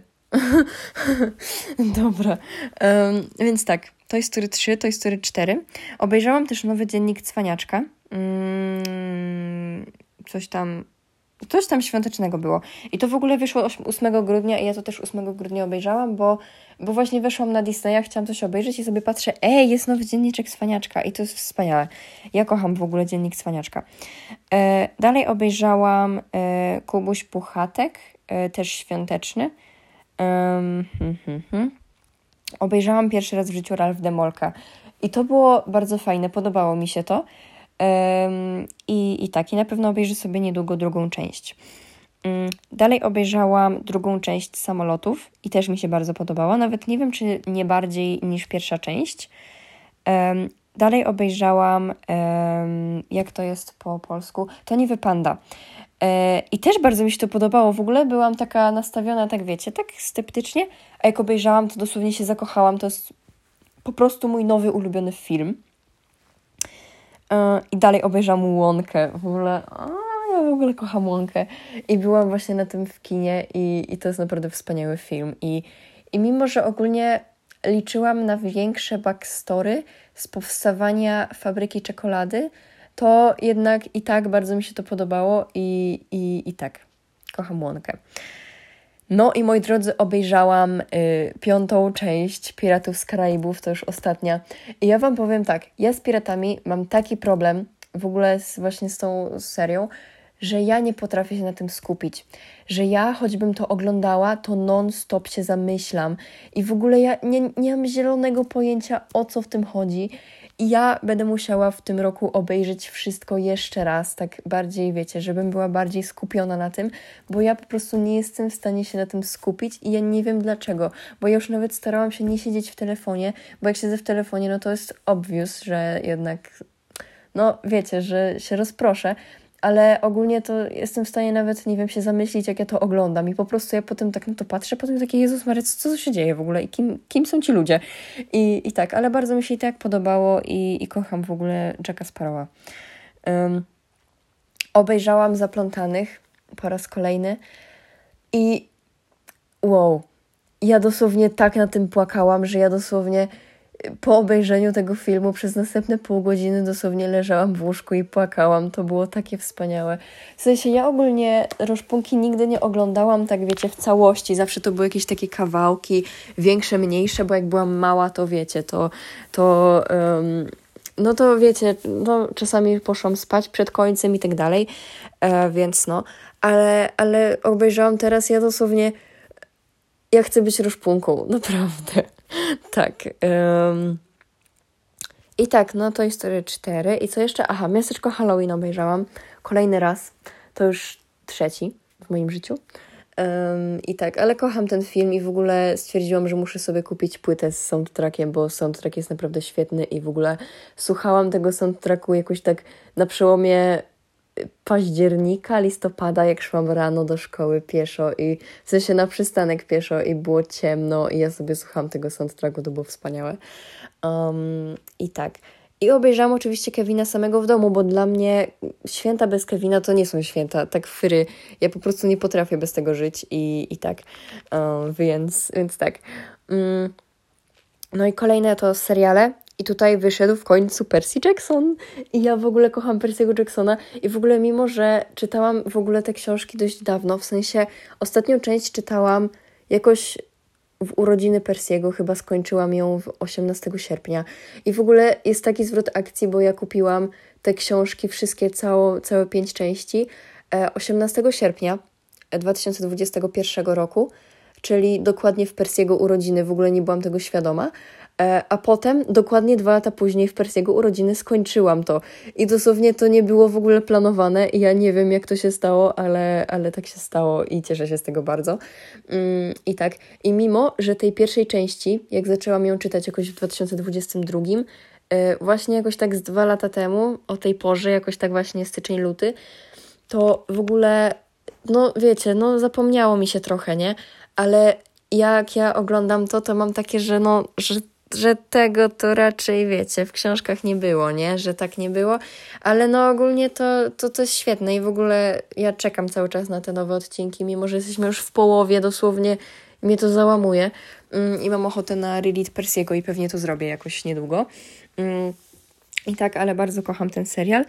Dobra. Więc tak, Toy Story 3, Toy Story 4. Obejrzałam też nowy dziennik Cwaniaczka. Coś tam świątecznego było. I to w ogóle wyszło 8 grudnia i ja to też 8 grudnia obejrzałam, bo właśnie weszłam na Disneya, chciałam coś obejrzeć i sobie patrzę, jest nowy dzienniczek Cwaniaczka i to jest wspaniałe. Ja kocham w ogóle dziennik Cwaniaczka. Dalej obejrzałam Kubuś Puchatek, też świąteczny. Obejrzałam pierwszy raz w życiu Ralph Demolka i to było bardzo fajne, podobało mi się to. I na pewno obejrzę sobie niedługo drugą część. Dalej obejrzałam drugą część Samolotów i też mi się bardzo podobała, nawet nie wiem, czy nie bardziej niż pierwsza część. Dalej obejrzałam, jak to jest po polsku, To nie Panda. I też bardzo mi się to podobało. W ogóle byłam taka nastawiona, tak wiecie, tak sceptycznie, a jak obejrzałam, to dosłownie się zakochałam. To jest po prostu mój nowy ulubiony film. I dalej obejrzałam Łąkę. W ogóle, ja w ogóle kocham Łąkę. I byłam właśnie na tym w kinie i to jest naprawdę wspaniały film. I mimo, że ogólnie liczyłam na większe backstory z powstawania fabryki czekolady, to jednak i tak bardzo mi się to podobało i tak, kocham Łąkę. No i moi drodzy, obejrzałam 5. część Piratów z Karaibów, to już ostatnia. I ja wam powiem tak, ja z piratami mam taki problem w ogóle właśnie z tą serią, że ja nie potrafię się na tym skupić. Że ja, choćbym to oglądała, to non-stop się zamyślam. I w ogóle ja nie mam zielonego pojęcia, o co w tym chodzi. I ja będę musiała w tym roku obejrzeć wszystko jeszcze raz, tak bardziej, wiecie, żebym była bardziej skupiona na tym, bo ja po prostu nie jestem w stanie się na tym skupić i ja nie wiem dlaczego, bo ja już nawet starałam się nie siedzieć w telefonie, bo jak siedzę w telefonie, no to jest obvious, że jednak, no wiecie, że się rozproszę, ale ogólnie to jestem w stanie nawet, nie wiem, się zamyślić, jak ja to oglądam i po prostu ja potem tak na to patrzę, potem takie, Jezus Maria, co się dzieje w ogóle i kim są ci ludzie? I tak, ale bardzo mi się i tak podobało i kocham w ogóle Jacka Sparrowa. Obejrzałam Zaplątanych po raz kolejny i wow, ja dosłownie tak na tym płakałam, że ja dosłownie po obejrzeniu tego filmu przez następne pół godziny dosłownie leżałam w łóżku i płakałam. To było takie wspaniałe. W sensie ja ogólnie Roszpunki nigdy nie oglądałam tak, wiecie, w całości. Zawsze to były jakieś takie kawałki, większe, mniejsze, bo jak byłam mała, to wiecie, no to wiecie, no czasami poszłam spać przed końcem i tak dalej, więc no. Ale obejrzałam teraz, ja dosłownie ja chcę być Roszpunką, naprawdę. Tak. I tak, no Toy Story 4. I co jeszcze? Aha, Miasteczko Halloween obejrzałam. Kolejny raz. To już 3 w moim życiu. I tak, ale kocham ten film i w ogóle stwierdziłam, że muszę sobie kupić płytę z soundtrackiem, bo soundtrack jest naprawdę świetny i w ogóle słuchałam tego soundtracku jakoś tak na przełomie października, listopada, jak szłam rano do szkoły pieszo i w sensie na przystanek pieszo i było ciemno i ja sobie słuchałam tego soundtracku, to było wspaniałe. I tak. I obejrzałam oczywiście Kevina samego w domu, bo dla mnie święta bez Kevina to nie są święta, tak fyry. Ja po prostu nie potrafię bez tego żyć i tak. Więc tak. No i kolejne to seriale. I tutaj wyszedł w końcu Percy Jackson. I ja w ogóle kocham Percy'ego Jacksona. I w ogóle mimo, że czytałam w ogóle te książki dość dawno, w sensie ostatnią część czytałam jakoś w urodziny Percy'ego, chyba skończyłam ją 18 sierpnia. I w ogóle jest taki zwrot akcji, bo ja kupiłam te książki wszystkie, całe 5 części 18 sierpnia 2021 roku, czyli dokładnie w Percy'ego urodziny, w ogóle nie byłam tego świadoma. A potem, dokładnie 2 lata później w Percy'ego urodziny skończyłam to. I dosłownie to nie było w ogóle planowane i ja nie wiem, jak to się stało, ale tak się stało i cieszę się z tego bardzo. I tak. I mimo, że tej pierwszej części, jak zaczęłam ją czytać jakoś w 2022, właśnie jakoś tak z 2 lata temu, o tej porze, jakoś tak właśnie styczeń, luty, to w ogóle, no wiecie, no zapomniało mi się trochę, nie? Ale jak ja oglądam to mam takie, że że tego to raczej, wiecie, w książkach nie było, nie? Że tak nie było, ale no ogólnie to jest świetne i w ogóle ja czekam cały czas na te nowe odcinki, mimo że jesteśmy już w połowie, dosłownie mnie to załamuje i mam ochotę na Reread Percy'ego i pewnie to zrobię jakoś niedługo. I tak, ale bardzo kocham ten serial.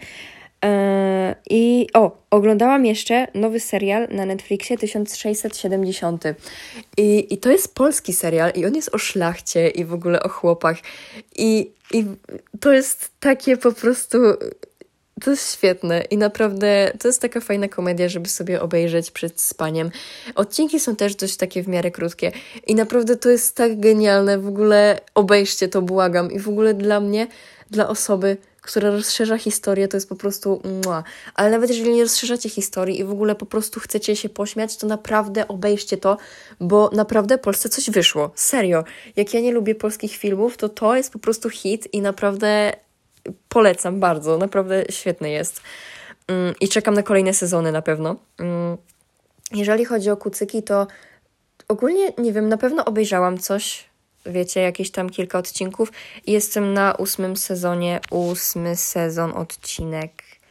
Oglądałam jeszcze nowy serial na Netflixie 1670 i to jest polski serial i on jest o szlachcie i w ogóle o chłopach i to jest takie po prostu, to jest świetne i naprawdę to jest taka fajna komedia, żeby sobie obejrzeć przed spaniem. Odcinki są też dość takie w miarę krótkie i naprawdę to jest tak genialne, w ogóle obejrzcie to, błagam i w ogóle dla mnie, dla osoby, która rozszerza historię, to jest po prostu mua. Ale nawet jeżeli nie rozszerzacie historii i w ogóle po prostu chcecie się pośmiać, to naprawdę obejrzcie to, bo naprawdę Polsce coś wyszło. Serio. Jak ja nie lubię polskich filmów, to jest po prostu hit i naprawdę polecam bardzo. Naprawdę świetny jest. I czekam na kolejne sezony na pewno. Jeżeli chodzi o kucyki, to ogólnie, nie wiem, na pewno obejrzałam coś, wiecie, jakieś tam kilka odcinków i jestem na 8 sezonie, 8 sezon, odcinek.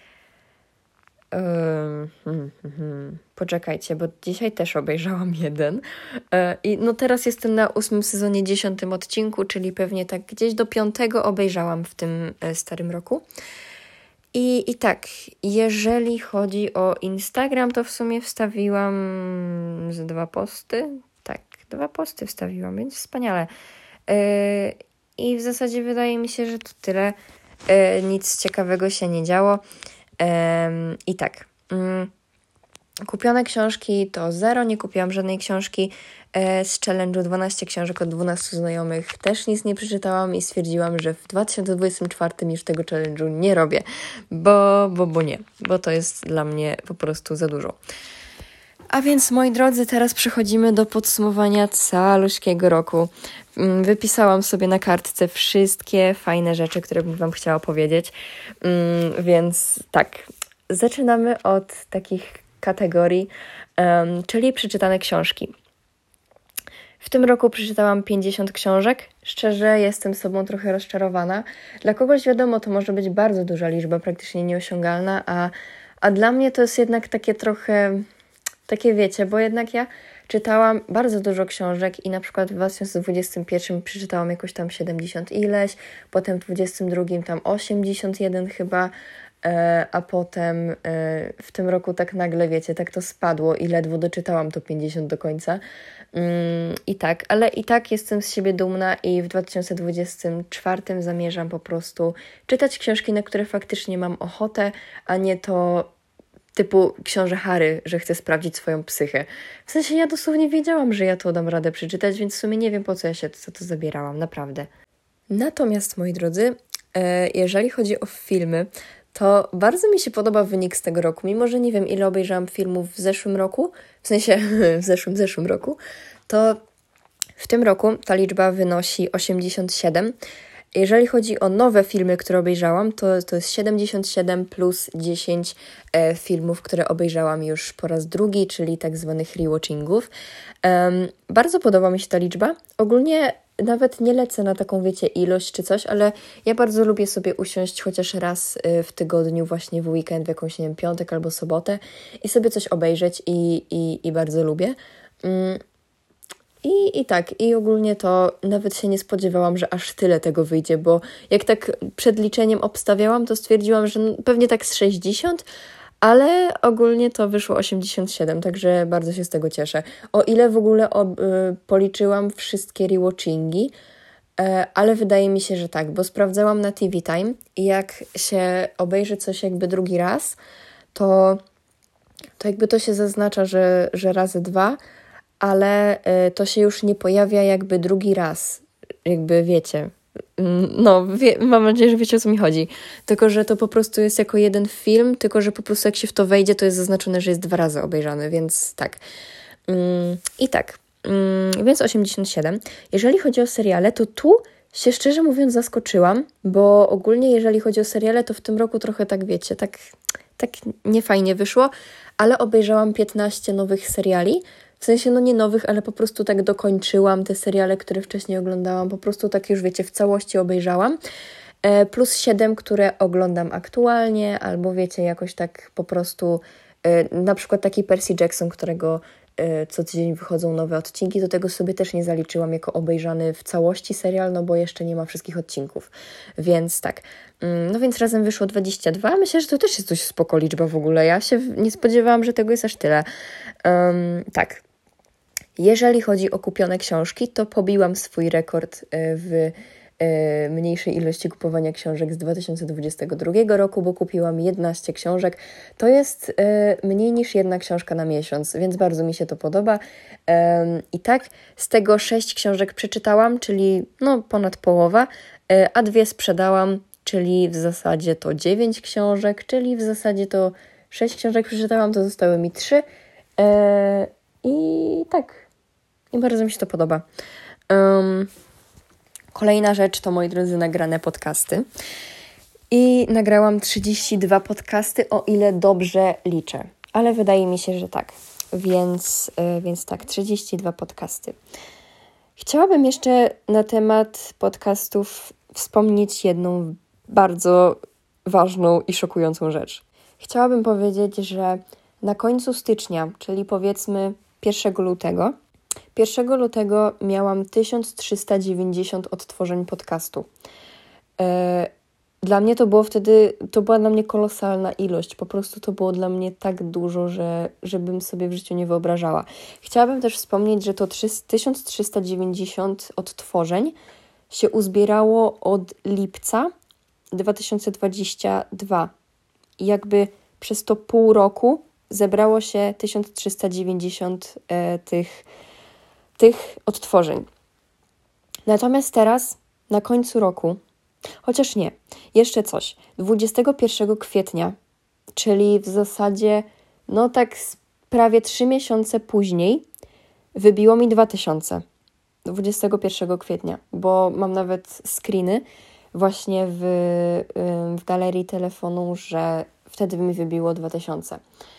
Poczekajcie, bo dzisiaj też obejrzałam jeden. I no teraz jestem na 8 sezonie, 10 odcinku, czyli pewnie tak gdzieś do 5 obejrzałam w tym starym roku. I tak, jeżeli chodzi o Instagram, to w sumie wstawiłam z 2 posty. Tak, 2 posty wstawiłam, więc wspaniale. I w zasadzie wydaje mi się, że to tyle. Nic ciekawego się nie działo. I tak, Kupione książki to 0, nie kupiłam żadnej książki. Z challenge'u 12 książek od 12 znajomych też nic nie przeczytałam i stwierdziłam, że w 2024 już tego challenge'u nie robię, bo nie, bo to jest dla mnie po prostu za dużo. A więc, moi drodzy, teraz przechodzimy do podsumowania caluśkiego roku. Wypisałam sobie na kartce wszystkie fajne rzeczy, które bym Wam chciała powiedzieć, więc tak, zaczynamy od takich kategorii, czyli przeczytane książki. W tym roku przeczytałam 50 książek. Szczerze jestem sobą trochę rozczarowana. Dla kogoś wiadomo, to może być bardzo duża liczba, praktycznie nieosiągalna, a dla mnie to jest jednak takie trochę, takie wiecie, bo jednak ja czytałam bardzo dużo książek i na przykład w 2021 przeczytałam jakoś tam 70 ileś, potem w 2022 tam 81 chyba, a potem w tym roku tak nagle, wiecie, tak to spadło i ledwo doczytałam to 50 do końca. I tak, ale i tak jestem z siebie dumna i w 2024 zamierzam po prostu czytać książki, na które faktycznie mam ochotę, a nie to typu książę Harry, że chcę sprawdzić swoją psychę. W sensie ja dosłownie wiedziałam, że ja to dam radę przeczytać, więc w sumie nie wiem, po co ja się za to zabierałam, naprawdę. Natomiast, moi drodzy, jeżeli chodzi o filmy, to bardzo mi się podoba wynik z tego roku. Mimo że nie wiem, ile obejrzałam filmów w zeszłym roku, w sensie w zeszłym roku, to w tym roku ta liczba wynosi 87. Jeżeli chodzi o nowe filmy, które obejrzałam, to jest 77 plus 10 filmów, które obejrzałam już po raz drugi, czyli tak zwanych rewatchingów. Bardzo podoba mi się ta liczba. Ogólnie nawet nie lecę na taką, wiecie, ilość czy coś, ale ja bardzo lubię sobie usiąść chociaż raz w tygodniu, właśnie w weekend, w jakąś, nie wiem, piątek albo sobotę i sobie coś obejrzeć i bardzo lubię. I tak, i ogólnie to nawet się nie spodziewałam, że aż tyle tego wyjdzie, bo jak tak przed liczeniem obstawiałam, to stwierdziłam, że pewnie tak z 60, ale ogólnie to wyszło 87, także bardzo się z tego cieszę. O ile w ogóle policzyłam wszystkie rewatchingi, ale wydaje mi się, że tak, bo sprawdzałam na TV Time i jak się obejrzy coś jakby drugi raz, to jakby to się zaznacza, że razy 2, ale to się już nie pojawia jakby drugi raz, jakby wiecie. No, mam nadzieję, że wiecie, o co mi chodzi. Tylko, że to po prostu jest jako jeden film, tylko, że po prostu jak się w to wejdzie, to jest zaznaczone, że jest 2 razy obejrzany, więc tak. I tak, więc 87. Jeżeli chodzi o seriale, to tu się szczerze mówiąc zaskoczyłam, bo ogólnie jeżeli chodzi o seriale, to w tym roku trochę tak, wiecie, tak niefajnie wyszło, ale obejrzałam 15 nowych seriali. W sensie, no nie nowych, ale po prostu tak dokończyłam te seriale, które wcześniej oglądałam. Po prostu tak już, wiecie, w całości obejrzałam. Plus 7, które oglądam aktualnie, albo wiecie, jakoś tak po prostu, na przykład taki Percy Jackson, którego co tydzień wychodzą nowe odcinki, do tego sobie też nie zaliczyłam jako obejrzany w całości serial, no bo jeszcze nie ma wszystkich odcinków. Więc tak, no więc razem wyszło 22. Myślę, że to też jest dość spoko liczba w ogóle. Ja się nie spodziewałam, że tego jest aż tyle. Tak. Jeżeli chodzi o kupione książki, to pobiłam swój rekord w mniejszej ilości kupowania książek z 2022 roku, bo kupiłam 11 książek. To jest mniej niż 1 książka na miesiąc, więc bardzo mi się to podoba. I tak, z tego 6 książek przeczytałam, czyli no ponad połowa, a 2 sprzedałam, czyli w zasadzie to 9 książek, czyli w zasadzie to 6 książek przeczytałam, to zostały mi 3. I tak, i bardzo mi się to podoba. Kolejna rzecz to, moi drodzy, nagrane podcasty. I nagrałam 32 podcasty, o ile dobrze liczę. Ale wydaje mi się, że tak. Więc tak, 32 podcasty. Chciałabym jeszcze na temat podcastów wspomnieć jedną bardzo ważną i szokującą rzecz. Chciałabym powiedzieć, że na końcu stycznia, czyli powiedzmy 1 lutego, 1 lutego miałam 1390 odtworzeń podcastu. Dla mnie to było wtedy, to była dla mnie kolosalna ilość. Po prostu to było dla mnie tak dużo, że bym sobie w życiu nie wyobrażała. Chciałabym też wspomnieć, że to 1390 odtworzeń się uzbierało od lipca 2022. I jakby przez to pół roku zebrało się 1390 tych odtworzeń. Natomiast teraz, na końcu roku, chociaż nie, jeszcze coś, 21 kwietnia, czyli w zasadzie, tak prawie 3 miesiące później, wybiło mi 2000. 21 kwietnia, bo mam nawet screeny właśnie w galerii telefonu, że wtedy mi wybiło 2000.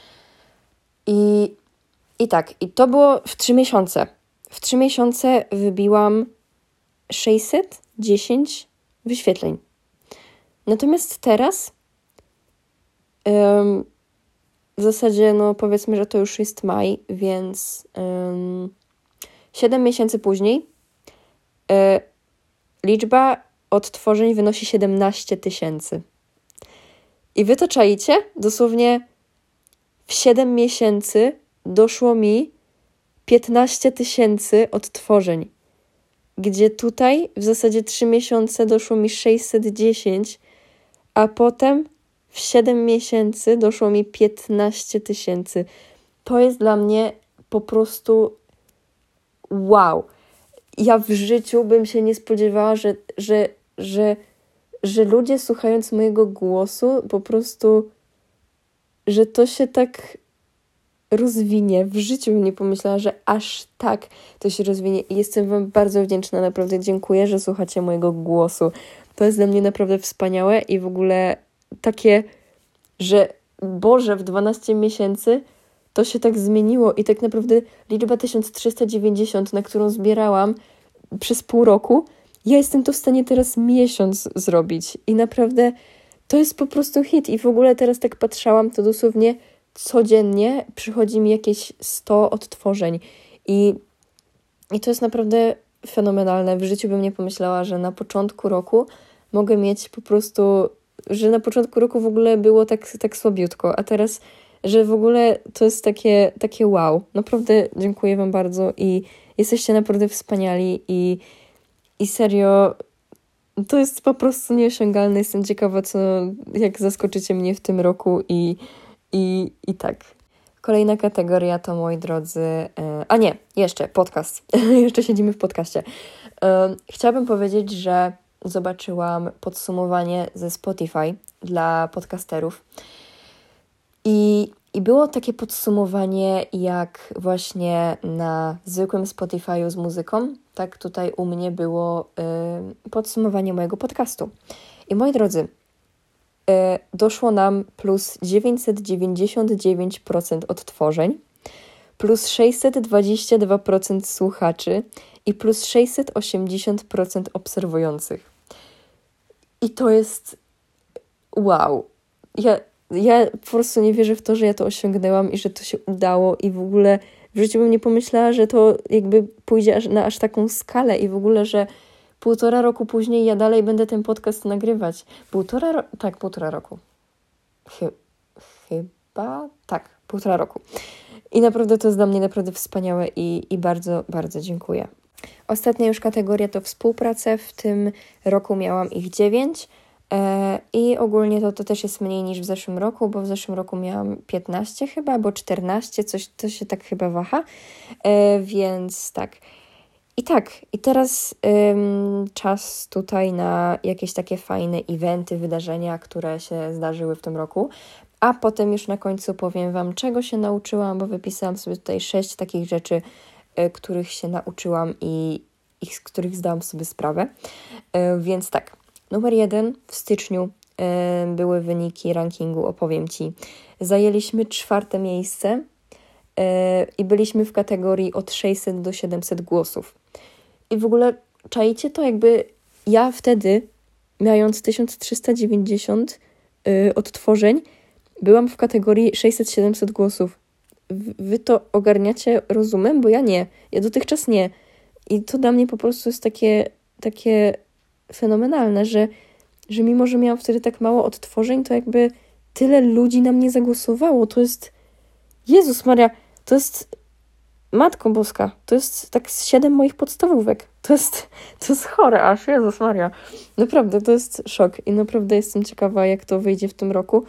I to było w 3 miesiące. W 3 miesiące wybiłam 610 wyświetleń. Natomiast teraz w zasadzie, powiedzmy, że to już jest maj, więc 7 miesięcy później liczba odtworzeń wynosi 17 000. I wy to czaicie? Dosłownie w 7 miesięcy doszło mi 15 000 odtworzeń. Gdzie tutaj w zasadzie 3 miesiące doszło mi 610, a potem w 7 miesięcy doszło mi 15 000. To jest dla mnie po prostu wow. Ja w życiu bym się nie spodziewała, że ludzie słuchając mojego głosu po prostu, że to się tak rozwinie. W życiu bym nie pomyślała, że aż tak to się rozwinie. I jestem wam bardzo wdzięczna, naprawdę dziękuję, że słuchacie mojego głosu. To jest dla mnie naprawdę wspaniałe i w ogóle takie, że Boże, w 12 miesięcy to się tak zmieniło i tak naprawdę liczba 1390, na którą zbierałam przez pół roku, ja jestem to w stanie teraz miesiąc zrobić i naprawdę to jest po prostu hit i w ogóle teraz tak patrzałam, to dosłownie codziennie przychodzi mi jakieś 100 odtworzeń i to jest naprawdę fenomenalne. W życiu bym nie pomyślała, że na początku roku mogę mieć po prostu, że na początku roku w ogóle było tak słabiutko, a teraz, że w ogóle to jest takie wow. Naprawdę dziękuję wam bardzo i jesteście naprawdę wspaniali i serio to jest po prostu nieosiągalne. Jestem ciekawa, jak zaskoczycie mnie w tym roku i tak. Kolejna kategoria to, moi drodzy... jeszcze podcast. Jeszcze siedzimy w podcaście. Chciałabym powiedzieć, że zobaczyłam podsumowanie ze Spotify dla podcasterów i było takie podsumowanie jak właśnie na zwykłym Spotify'u z muzyką, tak tutaj u mnie było podsumowanie mojego podcastu. I moi drodzy, doszło nam plus 999% odtworzeń, plus 622% słuchaczy i plus 680% obserwujących. I to jest wow. Ja po prostu nie wierzę w to, że ja to osiągnęłam i że to się udało i w ogóle w życiu bym nie pomyślała, że to jakby pójdzie na aż taką skalę i w ogóle, że 1,5 roku później ja dalej będę ten podcast nagrywać. 1,5 roku. Chyba? Tak, 1,5 roku. I naprawdę to jest dla mnie naprawdę wspaniałe i bardzo, bardzo dziękuję. Ostatnia już kategoria to współprace. W tym roku miałam ich 9 i ogólnie to też jest mniej niż w zeszłym roku, bo w zeszłym roku miałam 15 chyba, albo 14, coś to się tak chyba waha. Więc tak. I teraz czas tutaj na jakieś takie fajne eventy, wydarzenia, które się zdarzyły w tym roku, a potem już na końcu powiem wam, czego się nauczyłam, bo wypisałam sobie tutaj 6 takich rzeczy, których się nauczyłam i z których zdałam sobie sprawę. Więc tak, numer 1 w styczniu były wyniki rankingu, opowiem ci. Zajęliśmy 4. miejsce i byliśmy w kategorii od 600 do 700 głosów. I w ogóle czajcie to, jakby ja wtedy, mając 1390 odtworzeń, byłam w kategorii 600-700 głosów. Wy to ogarniacie rozumem? Bo ja nie. Ja dotychczas nie. I to dla mnie po prostu jest takie fenomenalne, że mimo, że miałam wtedy tak mało odtworzeń, to jakby tyle ludzi na mnie zagłosowało. To jest... Jezus Maria, to jest... Matko Boska, to jest tak z 7 moich podstawówek. To jest chore aż, Jezus Maria. Naprawdę, to jest szok i naprawdę jestem ciekawa, jak to wyjdzie w tym roku.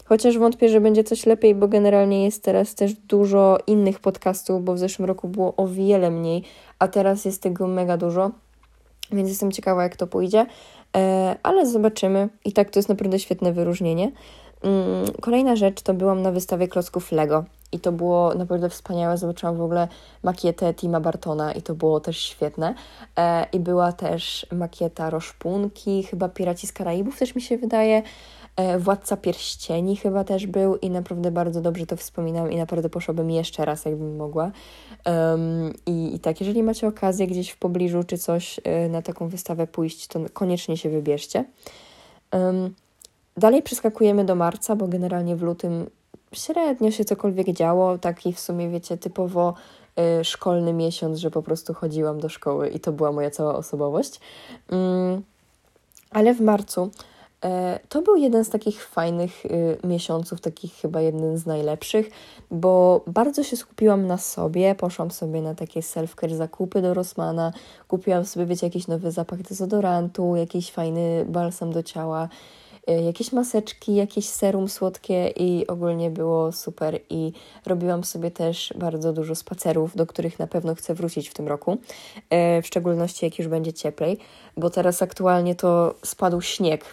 Chociaż wątpię, że będzie coś lepiej, bo generalnie jest teraz też dużo innych podcastów, bo w zeszłym roku było o wiele mniej, a teraz jest tego mega dużo, więc jestem ciekawa, jak to pójdzie, ale zobaczymy. I tak to jest naprawdę świetne wyróżnienie. Kolejna rzecz to byłam na wystawie klocków Lego i to było naprawdę wspaniałe. Zobaczyłam w ogóle makietę Tima Bartona i to było też świetne. I była też makieta Roszpunki, chyba Piraci z Karaibów też mi się wydaje. Władca Pierścieni chyba też był i naprawdę bardzo dobrze to wspominam i naprawdę poszłabym jeszcze raz, jakbym mogła. I tak, jeżeli macie okazję gdzieś w pobliżu czy coś na taką wystawę pójść, to koniecznie się wybierzcie. Dalej przeskakujemy do marca, bo generalnie w lutym średnio się cokolwiek działo, taki w sumie, wiecie, typowo szkolny miesiąc, że po prostu chodziłam do szkoły i to była moja cała osobowość. Ale w marcu to był jeden z takich fajnych miesiąców, takich chyba jeden z najlepszych, bo bardzo się skupiłam na sobie, poszłam sobie na takie self-care zakupy do Rossmana, kupiłam sobie, wiecie, jakiś nowy zapach dezodorantu, jakiś fajny balsam do ciała, jakieś maseczki, jakieś serum słodkie i ogólnie było super i robiłam sobie też bardzo dużo spacerów, do których na pewno chcę wrócić w tym roku, w szczególności jak już będzie cieplej, bo teraz aktualnie to spadł śnieg.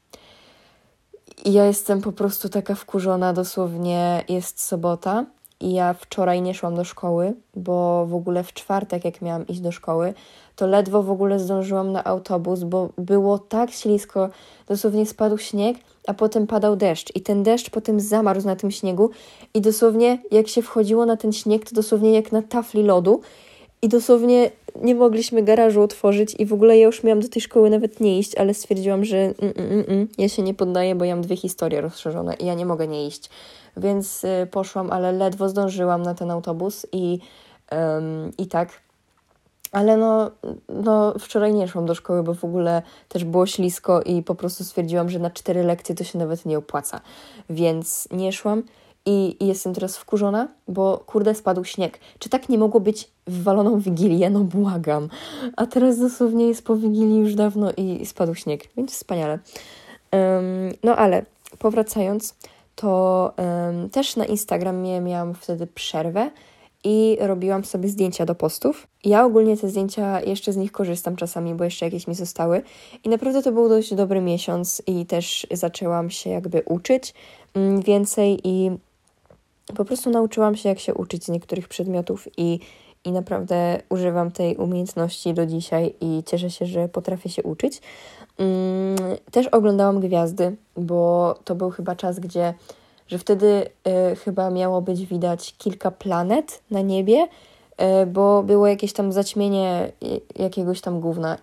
I ja jestem po prostu taka wkurzona, dosłownie jest sobota i ja wczoraj nie szłam do szkoły, bo w ogóle w czwartek, jak miałam iść do szkoły, to ledwo w ogóle zdążyłam na autobus, bo było tak ślisko, dosłownie spadł śnieg, a potem padał deszcz i ten deszcz potem zamarzł na tym śniegu i dosłownie jak się wchodziło na ten śnieg, to dosłownie jak na tafli lodu i dosłownie nie mogliśmy garażu otworzyć i w ogóle ja już miałam do tej szkoły nawet nie iść, ale stwierdziłam, że ja się nie poddaję, bo ja mam 2 historie rozszerzone i ja nie mogę nie iść. Więc poszłam, ale ledwo zdążyłam na ten autobus i tak. Ale no wczoraj nie szłam do szkoły, bo w ogóle też było ślisko i po prostu stwierdziłam, że na 4 lekcje to się nawet nie opłaca. Więc nie szłam. I jestem teraz wkurzona, bo kurde spadł śnieg. Czy tak nie mogło być w waloną Wigilię? No błagam. A teraz dosłownie jest po Wigilii już dawno i spadł śnieg, więc wspaniale. No ale powracając, to też na Instagramie miałam wtedy przerwę i robiłam sobie zdjęcia do postów. Ja ogólnie te zdjęcia jeszcze z nich korzystam czasami, bo jeszcze jakieś mi zostały. I naprawdę to był dość dobry miesiąc i też zaczęłam się jakby uczyć więcej i po prostu nauczyłam się, jak się uczyć z niektórych przedmiotów i naprawdę używam tej umiejętności do dzisiaj i cieszę się, że potrafię się uczyć. Też oglądałam gwiazdy, bo to był chyba czas, że wtedy chyba miało być widać kilka planet na niebie, bo było jakieś tam zaćmienie jakiegoś tam gówna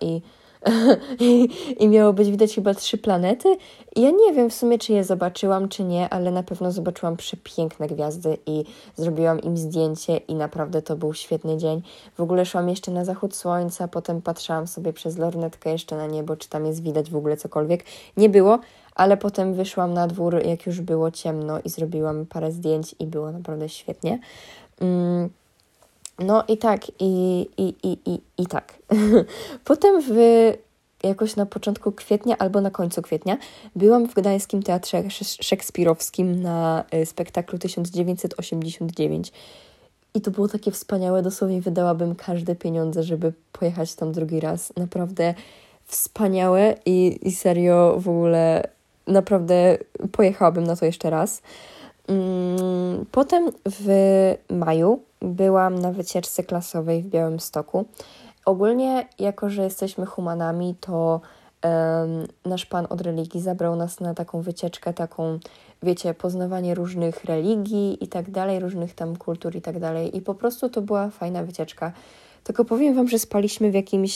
i miało być widać chyba 3 planety. I ja nie wiem w sumie, czy je zobaczyłam, czy nie, ale na pewno zobaczyłam przepiękne gwiazdy i zrobiłam im zdjęcie i naprawdę to był świetny dzień. W ogóle szłam jeszcze na zachód słońca, potem patrzyłam sobie przez lornetkę jeszcze na niebo, czy tam jest widać w ogóle cokolwiek. Nie było, ale potem wyszłam na dwór, jak już było ciemno i zrobiłam parę zdjęć i było naprawdę świetnie. No i tak, i tak. Potem jakoś na początku kwietnia albo na końcu kwietnia byłam w Gdańskim Teatrze Szekspirowskim na spektaklu 1989. I to było takie wspaniałe, dosłownie wydałabym każde pieniądze, żeby pojechać tam drugi raz. Naprawdę wspaniałe i serio w ogóle naprawdę pojechałabym na to jeszcze raz. Potem w maju byłam na wycieczce klasowej w Białymstoku. Ogólnie, jako że jesteśmy humanami, to nasz pan od religii zabrał nas na taką wycieczkę, taką, wiecie, poznawanie różnych religii i tak dalej, różnych tam kultur i tak dalej. I po prostu to była fajna wycieczka. Tylko powiem wam, że spaliśmy w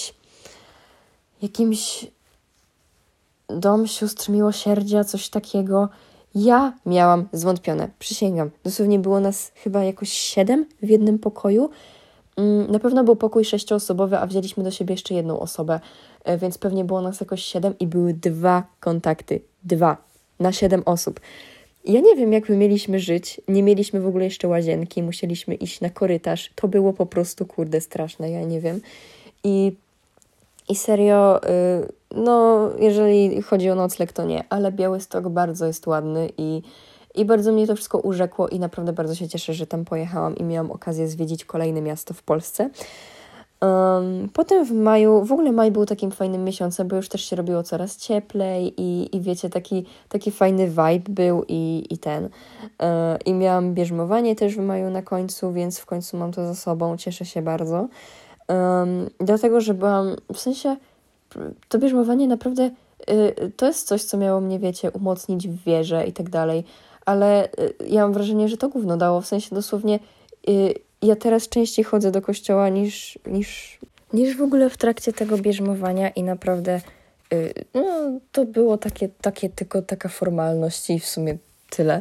jakimś Dom Sióstr Miłosierdzia, coś takiego. Ja miałam zwątpione, przysięgam. Dosłownie było nas chyba jakoś 7 w jednym pokoju. Na pewno był pokój 6-osobowy, a wzięliśmy do siebie jeszcze 1 osobę, więc pewnie było nas jakoś 7 i były 2 kontakty. 2 na 7 osób. Ja nie wiem, jak my mieliśmy żyć. Nie mieliśmy w ogóle jeszcze łazienki, musieliśmy iść na korytarz. To było po prostu, kurde, straszne, ja nie wiem. I serio, no jeżeli chodzi o nocleg, to nie, ale Białystok bardzo jest ładny i I bardzo mnie to wszystko urzekło i naprawdę bardzo się cieszę, że tam pojechałam i miałam okazję zwiedzić kolejne miasto w Polsce. Potem w maju, w ogóle maj był takim fajnym miesiącem, bo już też się robiło coraz cieplej i wiecie, taki fajny vibe był i miałam bierzmowanie też w maju na końcu, więc w końcu mam to za sobą, cieszę się bardzo. Dlatego, że byłam, w sensie to bierzmowanie naprawdę to jest coś, co miało mnie, wiecie, umocnić w wierze i tak dalej, ale ja mam wrażenie, że to gówno dało, w sensie dosłownie ja teraz częściej chodzę do kościoła niż w ogóle w trakcie tego bierzmowania i naprawdę to było tylko taka formalność i w sumie tyle.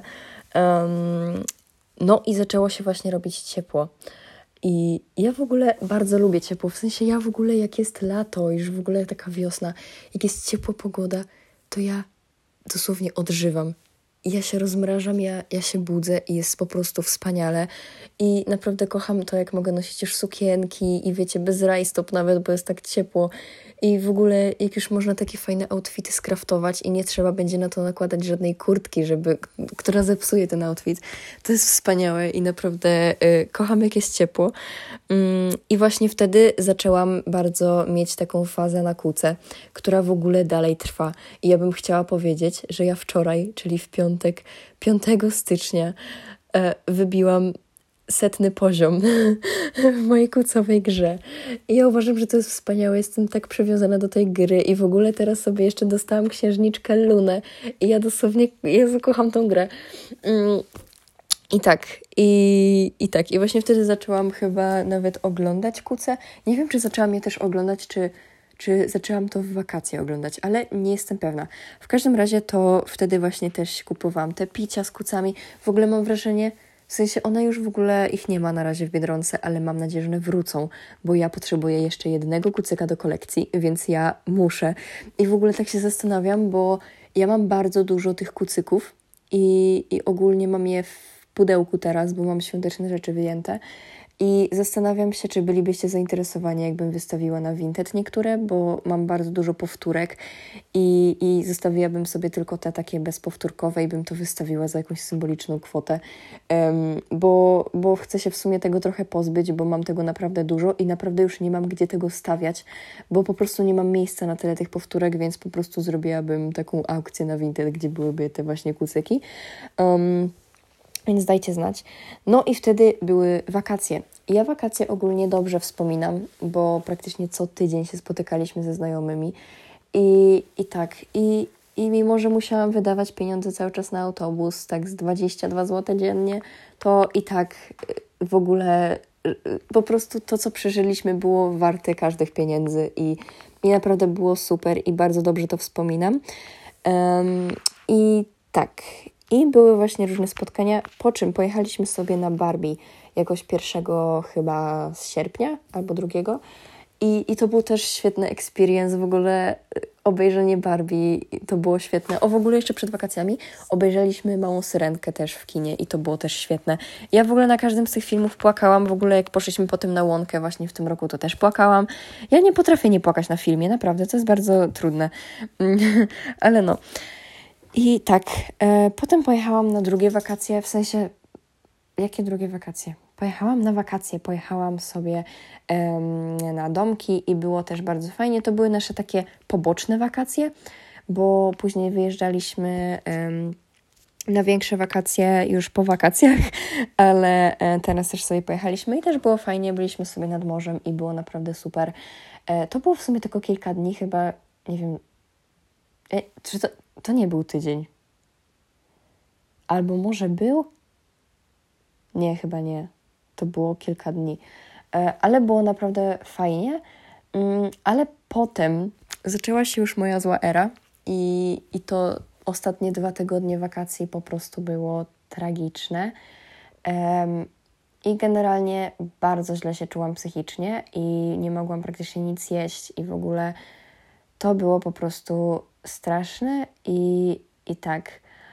No i zaczęło się właśnie robić ciepło. I ja w ogóle bardzo lubię ciepło, w sensie ja w ogóle jak jest lato, już w ogóle taka wiosna, jak jest ciepła pogoda, to ja dosłownie odżywam. Ja się rozmrażam, ja się budzę i jest po prostu wspaniale. I naprawdę kocham to, jak mogę nosić już sukienki i wiecie, bez rajstop nawet, bo jest tak ciepło. I w ogóle jak już można takie fajne outfity skraftować i nie trzeba będzie na to nakładać żadnej kurtki, która zepsuje ten outfit. To jest wspaniałe i naprawdę kocham, jak jest ciepło. I właśnie wtedy zaczęłam bardzo mieć taką fazę na kuce, która w ogóle dalej trwa. I ja bym chciała powiedzieć, że ja wczoraj, czyli w piątek, 5 stycznia, wybiłam 100 poziom w mojej kucowej grze. I ja uważam, że to jest wspaniałe. Jestem tak przywiązana do tej gry i w ogóle teraz sobie jeszcze dostałam księżniczkę Lunę i ja dosłownie, Jezu, kocham tą grę. I właśnie wtedy zaczęłam chyba nawet oglądać kuce. Nie wiem, czy zaczęłam je też oglądać, czy zaczęłam to w wakacje oglądać, ale nie jestem pewna. W każdym razie to wtedy właśnie też kupowałam te picia z kucami. W ogóle mam wrażenie, w sensie one już w ogóle ich nie ma na razie w Biedronce, ale mam nadzieję, że one wrócą, bo ja potrzebuję jeszcze jednego kucyka do kolekcji, więc ja muszę. I w ogóle tak się zastanawiam, bo ja mam bardzo dużo tych kucyków i ogólnie mam je w pudełku teraz, bo mam świąteczne rzeczy wyjęte. I zastanawiam się, czy bylibyście zainteresowani, jakbym wystawiła na Vinted niektóre, bo mam bardzo dużo powtórek i zostawiłabym sobie tylko te takie bezpowtórkowe i bym to wystawiła za jakąś symboliczną kwotę, bo chcę się w sumie tego trochę pozbyć, bo mam tego naprawdę dużo i naprawdę już nie mam gdzie tego stawiać, bo po prostu nie mam miejsca na tyle tych powtórek, więc po prostu zrobiłabym taką aukcję na Vinted, gdzie byłyby te właśnie kucyki. Więc dajcie znać. No i wtedy były wakacje. I ja wakacje ogólnie dobrze wspominam, bo praktycznie co tydzień się spotykaliśmy ze znajomymi. I mimo, że musiałam wydawać pieniądze cały czas na autobus, tak z 22 zł dziennie, to i tak w ogóle po prostu to, co przeżyliśmy, było warte każdych pieniędzy i naprawdę było super i bardzo dobrze to wspominam. I były właśnie różne spotkania, po czym pojechaliśmy sobie na Barbie jakoś 1 chyba z sierpnia albo 2. I to był też świetny experience, w ogóle obejrzenie Barbie, to było świetne. W ogóle jeszcze przed wakacjami obejrzeliśmy Małą Syrenkę też w kinie i to było też świetne. Ja w ogóle na każdym z tych filmów płakałam, w ogóle jak poszliśmy potem na Łąkę właśnie w tym roku, to też płakałam. Ja nie potrafię nie płakać na filmie, naprawdę, to jest bardzo trudne. Ale no. I tak, potem pojechałam na drugie wakacje, w sensie, jakie drugie wakacje? Pojechałam sobie na domki i było też bardzo fajnie. To były nasze takie poboczne wakacje, bo później wyjeżdżaliśmy na większe wakacje już po wakacjach, ale teraz też sobie pojechaliśmy i też było fajnie, byliśmy sobie nad morzem i było naprawdę super. To było w sumie tylko kilka dni chyba, nie wiem, czy to nie był tydzień. Albo może był? Nie, chyba nie. To było kilka dni. Ale było naprawdę fajnie. Ale potem zaczęła się już moja zła era i to ostatnie 2 tygodnie wakacji po prostu było tragiczne. I generalnie bardzo źle się czułam psychicznie i nie mogłam praktycznie nic jeść i w ogóle to było po prostu straszne i tak.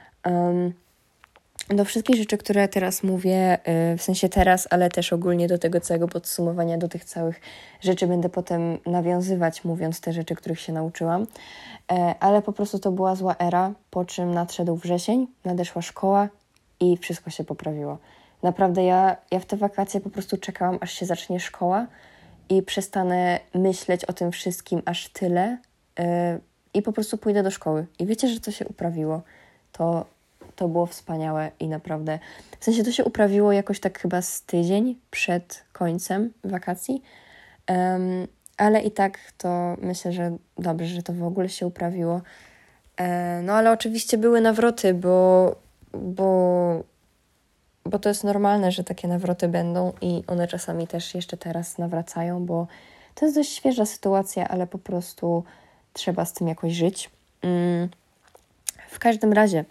Do wszystkich rzeczy, które teraz mówię, w sensie teraz, ale też ogólnie do tego całego podsumowania, do tych całych rzeczy będę potem nawiązywać, mówiąc te rzeczy, których się nauczyłam. Ale po prostu to była zła era, po czym nadszedł wrzesień, nadeszła szkoła i wszystko się poprawiło. Naprawdę ja w te wakacje po prostu czekałam, aż się zacznie szkoła i przestanę myśleć o tym wszystkim aż tyle i po prostu pójdę do szkoły. I wiecie, że to się uprawiło. To było wspaniałe i naprawdę... W sensie to się uprawiło jakoś tak chyba z tydzień przed końcem wakacji, ale i tak to myślę, że dobrze, że to w ogóle się uprawiło. No ale oczywiście były nawroty, bo to jest normalne, że takie nawroty będą i one czasami też jeszcze teraz nawracają, bo to jest dość świeża sytuacja, ale po prostu trzeba z tym jakoś żyć. W każdym razie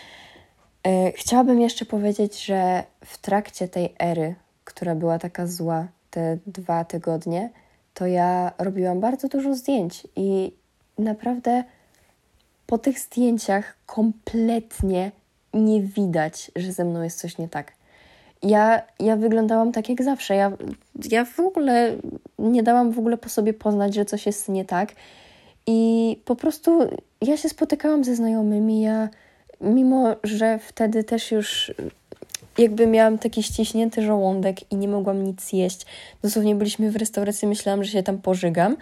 chciałabym jeszcze powiedzieć, że w trakcie tej ery, która była taka zła, te 2 tygodnie, to ja robiłam bardzo dużo zdjęć i naprawdę po tych zdjęciach kompletnie nie widać, że ze mną jest coś nie tak. Ja wyglądałam tak jak zawsze. Ja w ogóle nie dałam w ogóle po sobie poznać, że coś jest nie tak. I po prostu ja się spotykałam ze znajomymi. Mimo że wtedy też już jakby miałam taki ściśnięty żołądek i nie mogłam nic jeść. Dosłownie byliśmy w restauracji, myślałam, że się tam pożygam.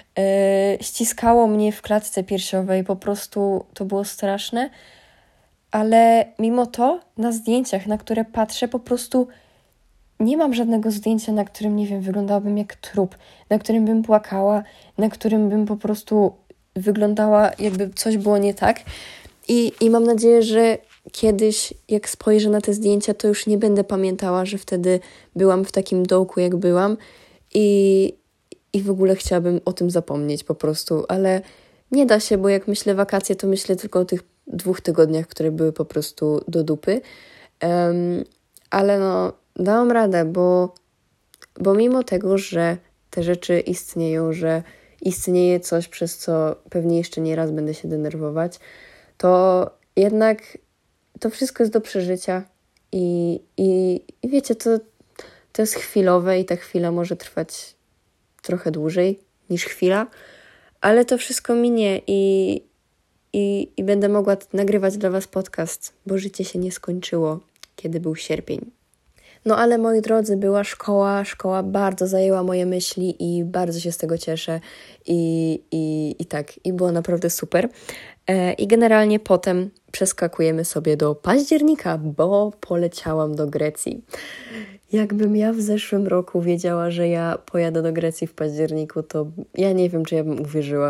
Ściskało mnie w klatce piersiowej, po prostu to było straszne. Ale mimo to na zdjęciach, na które patrzę, po prostu nie mam żadnego zdjęcia, na którym, nie wiem, wyglądałabym jak trup, na którym bym płakała, na którym bym po prostu wyglądała, jakby coś było nie tak. I mam nadzieję, że kiedyś, jak spojrzę na te zdjęcia, to już nie będę pamiętała, że wtedy byłam w takim dołku, jak byłam i w ogóle chciałabym o tym zapomnieć po prostu, ale nie da się, bo jak myślę wakacje, to myślę tylko o tych 2 tygodniach, które były po prostu do dupy. Ale no, dałam radę, bo mimo tego, że te rzeczy istnieją, że istnieje coś, przez co pewnie jeszcze nie raz będę się denerwować, to jednak to wszystko jest do przeżycia i wiecie, to jest chwilowe i ta chwila może trwać trochę dłużej niż chwila, ale to wszystko minie i będę mogła nagrywać dla Was podcast, bo życie się nie skończyło, kiedy był sierpień. No ale moi drodzy, była szkoła bardzo zajęła moje myśli i bardzo się z tego cieszę i tak, i było naprawdę super. I generalnie potem przeskakujemy sobie do października, bo poleciałam do Grecji. Jakbym ja w zeszłym roku wiedziała, że ja pojadę do Grecji w październiku, to ja nie wiem, czy ja bym uwierzyła,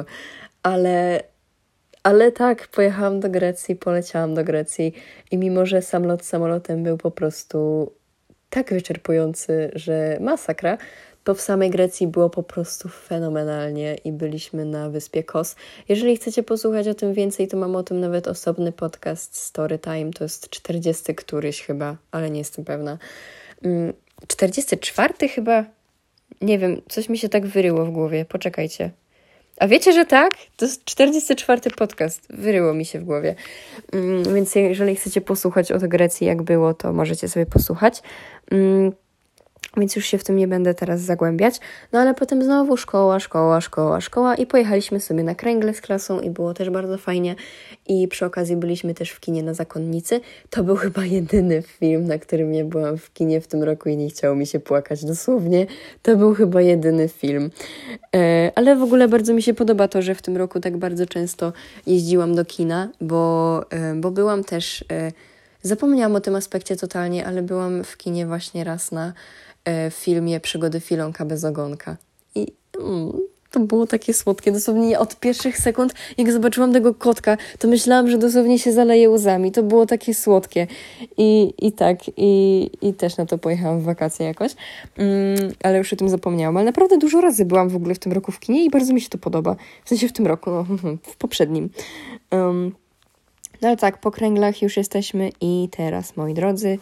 ale tak, pojechałam do Grecji, poleciałam do Grecji i mimo, że sam lot samolotem był po prostu tak wyczerpujący, że masakra, to w samej Grecji było po prostu fenomenalnie i byliśmy na wyspie Kos. Jeżeli chcecie posłuchać o tym więcej, to mam o tym nawet osobny podcast Storytime, to jest 40 któryś chyba, ale nie jestem pewna. 44 chyba? Nie wiem, coś mi się tak wyryło w głowie, poczekajcie. A wiecie, że tak? To jest 44 podcast. Wyryło mi się w głowie. Więc jeżeli chcecie posłuchać o Grecji, jak było, to możecie sobie posłuchać. Więc już się w tym nie będę teraz zagłębiać. No ale potem znowu szkoła i pojechaliśmy sobie na kręgle z klasą i było też bardzo fajnie. I przy okazji byliśmy też w kinie na Zakonnicy. To był chyba jedyny film, na którym ja byłam w kinie w tym roku i nie chciało mi się płakać dosłownie. To był chyba jedyny film. Ale w ogóle bardzo mi się podoba to, że w tym roku tak bardzo często jeździłam do kina, bo byłam też... Zapomniałam o tym aspekcie totalnie, ale byłam w kinie właśnie raz na filmie Przygody Filonka bez ogonka. I to było takie słodkie. Dosłownie od pierwszych sekund, jak zobaczyłam tego kotka, to myślałam, że dosłownie się zaleje łzami. To było takie słodkie. I też na to pojechałam w wakacje jakoś. Ale już o tym zapomniałam. Ale naprawdę dużo razy byłam w ogóle w tym roku w kinie i bardzo mi się to podoba. W sensie w tym roku, w poprzednim. No ale tak, po kręglach już jesteśmy i teraz, moi drodzy,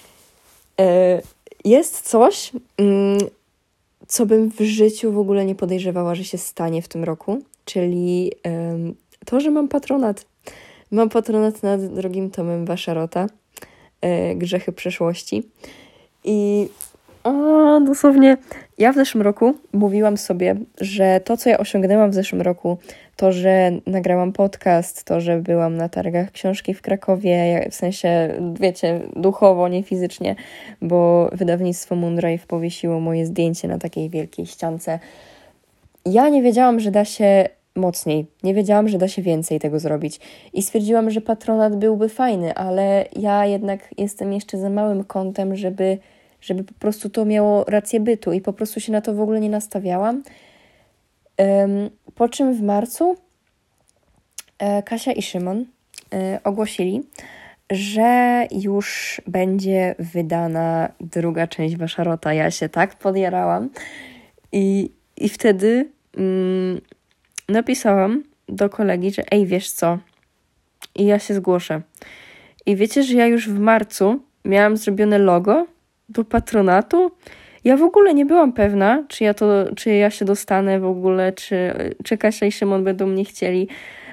jest coś, co bym w życiu w ogóle nie podejrzewała, że się stanie w tym roku, czyli to, że mam patronat. Mam patronat nad drogim tomem Washarota, Grzechy przeszłości. I Dosłownie, ja w zeszłym roku mówiłam sobie, że to, co ja osiągnęłam w zeszłym roku, to, że nagrałam podcast, to, że byłam na targach książki w Krakowie, w sensie, wiecie, duchowo, nie fizycznie, bo wydawnictwo Moondrive powiesiło moje zdjęcie na takiej wielkiej ściance. Ja nie wiedziałam, że da się mocniej. Nie wiedziałam, że da się więcej tego zrobić. I stwierdziłam, że patronat byłby fajny, ale ja jednak jestem jeszcze za małym kątem, żeby po prostu to miało rację bytu i po prostu się na to w ogóle nie nastawiałam. Po czym w marcu Kasia i Szymon ogłosili, że już będzie wydana druga część Washarota. Ja się tak podjarałam i wtedy napisałam do kolegi, że ej, wiesz co? I ja się zgłoszę. I wiecie, że ja już w marcu miałam zrobione logo do patronatu. Ja w ogóle nie byłam pewna, czy ja się dostanę w ogóle, czy Kasia i Szymon będą mnie chcieli.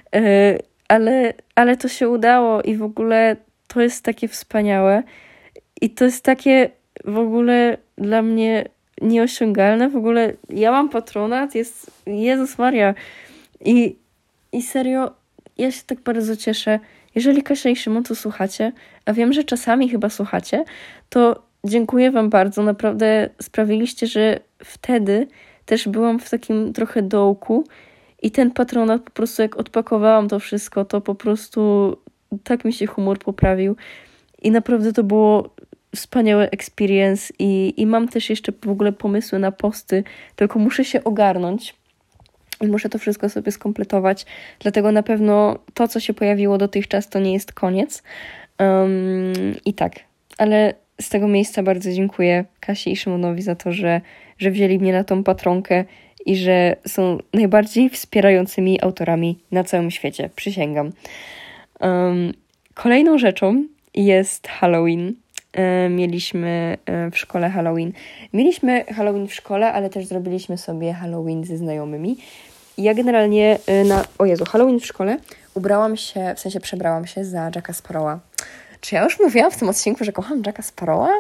Ale to się udało i w ogóle to jest takie wspaniałe. I to jest takie w ogóle dla mnie nieosiągalne. W ogóle ja mam patronat, jest Jezus Maria. I serio, ja się tak bardzo cieszę. Jeżeli Kasia i Szymon to słuchacie, a wiem, że czasami chyba słuchacie, to dziękuję wam bardzo. Naprawdę sprawiliście, że wtedy też byłam w takim trochę dołku i ten patronat po prostu jak odpakowałam to wszystko, to po prostu tak mi się humor poprawił i naprawdę to było wspaniały experience i mam też jeszcze w ogóle pomysły na posty, tylko muszę się ogarnąć i muszę to wszystko sobie skompletować, dlatego na pewno to, co się pojawiło dotychczas, to nie jest koniec. I tak, ale z tego miejsca bardzo dziękuję Kasi i Szymonowi za to, że wzięli mnie na tą patronkę i że są najbardziej wspierającymi autorami na całym świecie. Przysięgam. Kolejną rzeczą jest Halloween. Mieliśmy w szkole Halloween. Mieliśmy Halloween w szkole, ale też zrobiliśmy sobie Halloween ze znajomymi. I ja generalnie Halloween w szkole przebrałam się za Jacka Sparrowa. Czy ja już mówiłam w tym odcinku, że kocham Jacka Sparrowa?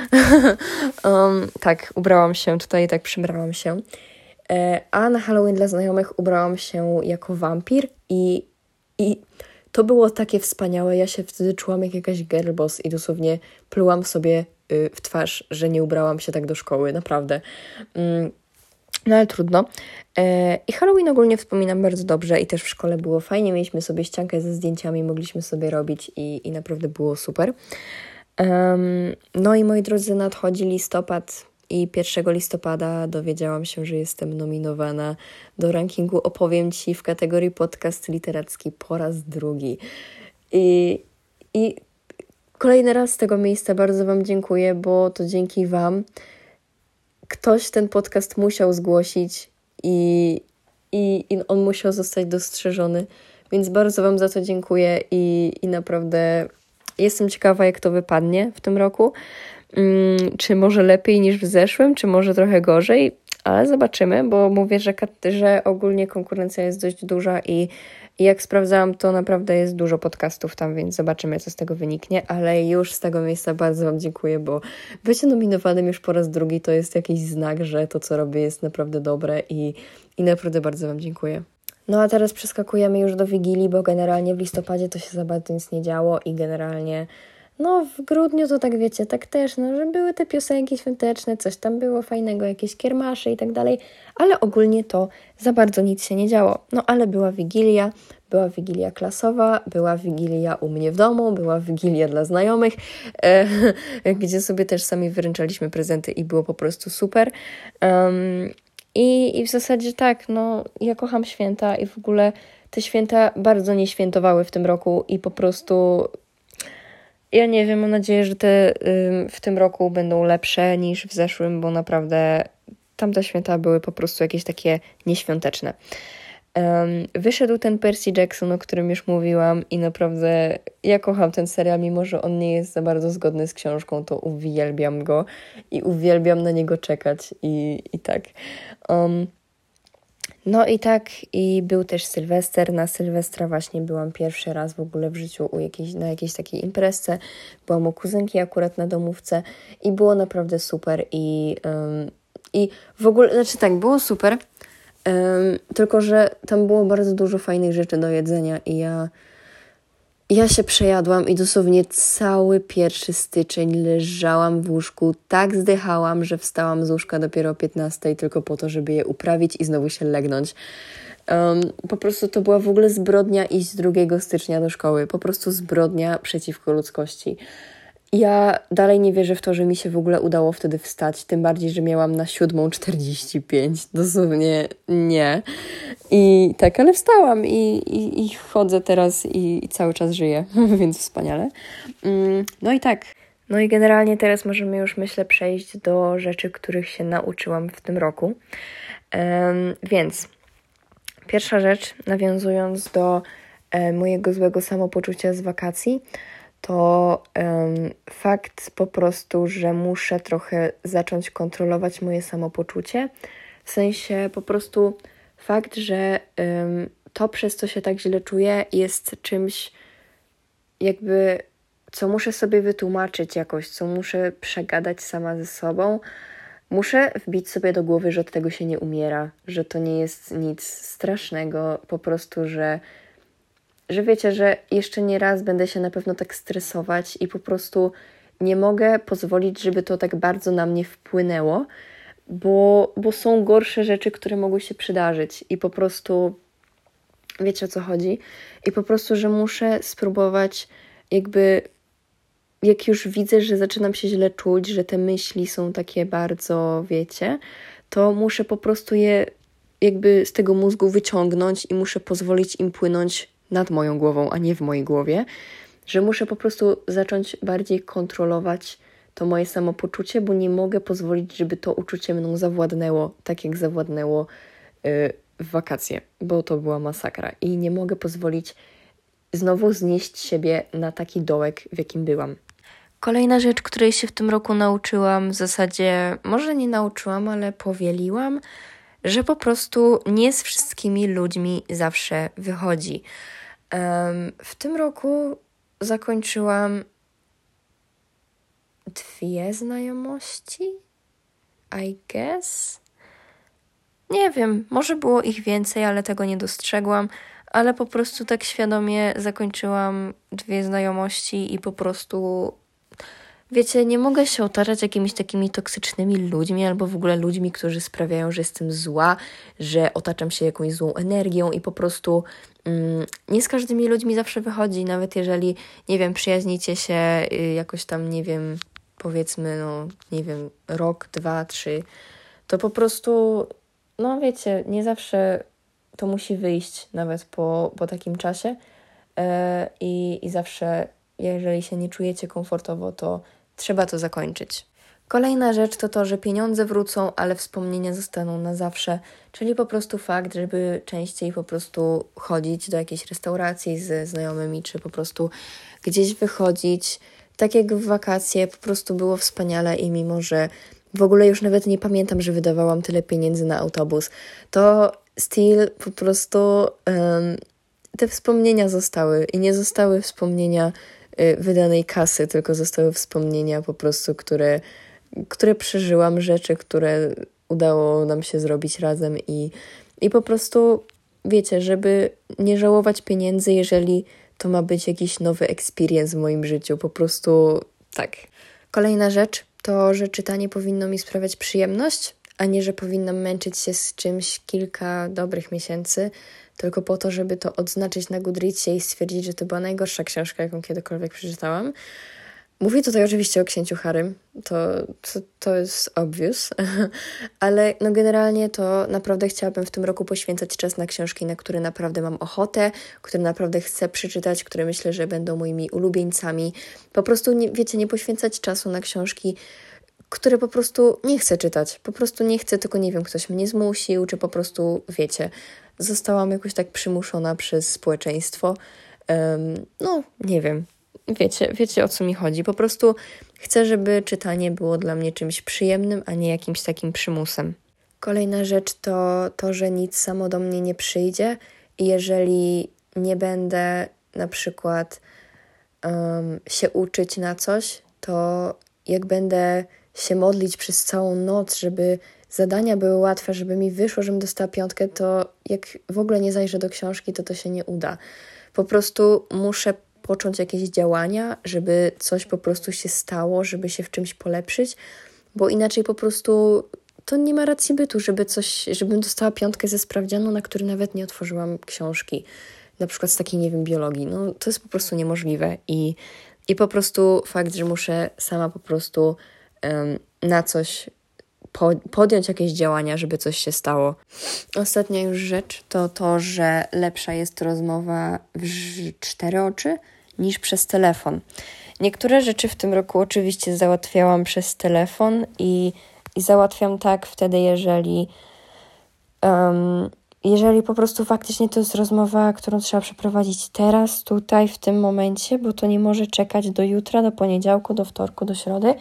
Tak, ubrałam się tutaj, tak przybrałam się. A na Halloween dla znajomych ubrałam się jako wampir i to było takie wspaniałe. Ja się wtedy czułam jak jakaś girlboss i dosłownie plułam sobie w twarz, że nie ubrałam się tak do szkoły, naprawdę. No ale trudno. I Halloween ogólnie wspominam bardzo dobrze i też w szkole było fajnie. Mieliśmy sobie ściankę ze zdjęciami, mogliśmy sobie robić i naprawdę było super. No i moi drodzy, nadchodzi listopad i 1 listopada dowiedziałam się, że jestem nominowana do rankingu Opowiem Ci w kategorii podcast literacki po raz drugi. I kolejny raz z tego miejsca bardzo Wam dziękuję, bo to dzięki Wam ktoś ten podcast musiał zgłosić i on musiał zostać dostrzeżony, więc bardzo Wam za to dziękuję i naprawdę jestem ciekawa, jak to wypadnie w tym roku. Czy może lepiej niż w zeszłym, czy może trochę gorzej, ale zobaczymy, bo mówię, że ogólnie konkurencja jest dość duża i jak sprawdzałam, to naprawdę jest dużo podcastów tam, więc zobaczymy, co z tego wyniknie, ale już z tego miejsca bardzo Wam dziękuję, bo bycie nominowanym już po raz drugi to jest jakiś znak, że to, co robię, jest naprawdę dobre i naprawdę bardzo Wam dziękuję. No a teraz przeskakujemy już do Wigilii, bo generalnie w listopadzie to się za bardzo nic nie działo i generalnie w grudniu to tak wiecie, tak też, że były te piosenki świąteczne, coś tam było fajnego, jakieś kiermasze i tak dalej, ale ogólnie to za bardzo nic się nie działo. No ale była Wigilia klasowa, była Wigilia u mnie w domu, była Wigilia dla znajomych, gdzie sobie też sami wyręczaliśmy prezenty i było po prostu super. I w zasadzie tak, ja kocham święta i w ogóle te święta bardzo nie świętowały w tym roku i po prostu ja nie wiem, mam nadzieję, że te w tym roku będą lepsze niż w zeszłym, bo naprawdę tamte święta były po prostu jakieś takie nieświąteczne. Wyszedł ten Percy Jackson, o którym już mówiłam i naprawdę ja kocham ten serial, mimo że on nie jest za bardzo zgodny z książką, to uwielbiam go i uwielbiam na niego czekać i tak. No i tak, i był też Sylwester. Na Sylwestra właśnie byłam pierwszy raz w ogóle w życiu na jakiejś takiej imprezce. Byłam u kuzynki akurat na domówce i było naprawdę super. I w ogóle, znaczy tak, było super, tylko że tam było bardzo dużo fajnych rzeczy do jedzenia i ja się przejadłam i dosłownie cały 1 styczeń leżałam w łóżku, tak zdychałam, że wstałam z łóżka dopiero o 15 tylko po to, żeby je uprawić i znowu się legnąć. Po prostu to była w ogóle zbrodnia iść 2 stycznia do szkoły. Po prostu zbrodnia przeciwko ludzkości. Ja dalej nie wierzę w to, że mi się w ogóle udało wtedy wstać, tym bardziej, że miałam na 7:45. Dosłownie nie. I tak, ale wstałam i chodzę teraz i cały czas żyję, więc wspaniale. No i tak. No i generalnie teraz możemy już, myślę, przejść do rzeczy, których się nauczyłam w tym roku. Więc pierwsza rzecz, nawiązując do mojego złego samopoczucia z wakacji, to fakt po prostu, że muszę trochę zacząć kontrolować moje samopoczucie. W sensie po prostu fakt, że to, przez co się tak źle czuję, jest czymś jakby, co muszę sobie wytłumaczyć jakoś, co muszę przegadać sama ze sobą. Muszę wbić sobie do głowy, że od tego się nie umiera, że to nie jest nic strasznego, po prostu, że wiecie, że jeszcze nie raz będę się na pewno tak stresować i po nie mogę pozwolić, żeby to tak bardzo na mnie wpłynęło, bo są gorsze rzeczy, które mogły się przydarzyć i po prostu wiecie, o co chodzi. I po prostu, że muszę spróbować jakby, jak już widzę, że zaczynam się źle czuć, że te myśli są takie bardzo, wiecie, to muszę po prostu je jakby z tego mózgu wyciągnąć i muszę pozwolić im płynąć nad moją głową, a nie w mojej głowie, że muszę po prostu zacząć bardziej kontrolować to moje samopoczucie, bo nie mogę pozwolić, żeby to uczucie mną zawładnęło, tak jak zawładnęło w wakacje, bo to była masakra i nie mogę pozwolić znowu znieść siebie na taki dołek, w jakim byłam. Kolejna rzecz, której się w tym roku nauczyłam, w zasadzie może nie nauczyłam, ale powieliłam, że po prostu nie z wszystkimi ludźmi zawsze wychodzi. W tym roku zakończyłam 2 znajomości, I guess. Nie wiem, może było ich więcej, ale tego nie dostrzegłam, ale po prostu tak świadomie zakończyłam 2 znajomości i po prostu, wiecie, nie mogę się otaczać jakimiś takimi toksycznymi ludźmi albo w ogóle ludźmi, którzy sprawiają, że jestem zła, że otaczam się jakąś złą energią i po prostu nie z każdymi ludźmi zawsze wychodzi, nawet jeżeli, nie wiem, przyjaźnicie się jakoś tam, nie wiem, powiedzmy, no, nie wiem, rok, 2, 3, to po prostu, no wiecie, nie zawsze to musi wyjść nawet po takim czasie i zawsze, jeżeli się nie czujecie komfortowo, to trzeba to zakończyć. Kolejna rzecz to to, że pieniądze wrócą, ale wspomnienia zostaną na zawsze, czyli po prostu fakt, żeby częściej po prostu chodzić do jakiejś restauracji ze znajomymi, czy po prostu gdzieś wychodzić. Tak jak w wakacje, po prostu było wspaniale i mimo, że w ogóle już nawet nie pamiętam, że wydawałam tyle pieniędzy na autobus, to still po prostu te wspomnienia zostały i nie zostały wspomnienia wydanej kasy, tylko zostały wspomnienia po prostu, które przeżyłam, rzeczy, które udało nam się zrobić razem i po prostu, wiecie, żeby nie żałować pieniędzy, jeżeli to ma być jakiś nowy experience w moim życiu, po prostu tak. Kolejna rzecz to, że czytanie powinno mi sprawiać przyjemność, a nie, że powinnam męczyć się z czymś kilka dobrych miesięcy, tylko po to, żeby to odznaczyć na Goodreadsie i stwierdzić, że to była najgorsza książka, jaką kiedykolwiek przeczytałam. Mówię tutaj oczywiście o księciu Harrym, to jest obvious, ale no generalnie to naprawdę chciałabym w tym roku poświęcać czas na książki, na które naprawdę mam ochotę, które naprawdę chcę przeczytać, które myślę, że będą moimi ulubieńcami. Po prostu, nie poświęcać czasu na książki, które po prostu nie chcę czytać. Po prostu nie chcę, tylko nie wiem, ktoś mnie zmusił, czy po prostu, wiecie, zostałam jakoś tak przymuszona przez społeczeństwo. No, nie wiem. Wiecie, o co mi chodzi. Po prostu chcę, żeby czytanie było dla mnie czymś przyjemnym, a nie jakimś takim przymusem. Kolejna rzecz to, że nic samo do mnie nie przyjdzie i jeżeli nie będę na przykład się uczyć na coś, to jak będę się modlić przez całą noc, żeby zadania były łatwe, żeby mi wyszło, żebym dostała 5, to jak w ogóle nie zajrzę do książki, to się nie uda. Po prostu muszę począć jakieś działania, żeby coś po prostu się stało, żeby się w czymś polepszyć, bo inaczej po prostu to nie ma racji bytu, żebym dostała 5 ze sprawdzianu, na który nawet nie otworzyłam książki. Na przykład z takiej, nie wiem, biologii. No to jest po prostu niemożliwe i po prostu fakt, że muszę sama po prostu na coś podjąć jakieś działania, żeby coś się stało. Ostatnia już rzecz to, że lepsza jest rozmowa w 4 oczy niż przez telefon. Niektóre rzeczy w tym roku oczywiście załatwiałam przez telefon i załatwiam tak wtedy, jeżeli po prostu faktycznie to jest rozmowa, którą trzeba przeprowadzić teraz, tutaj, w tym momencie, bo to nie może czekać do jutra, do poniedziałku, do wtorku, do środy.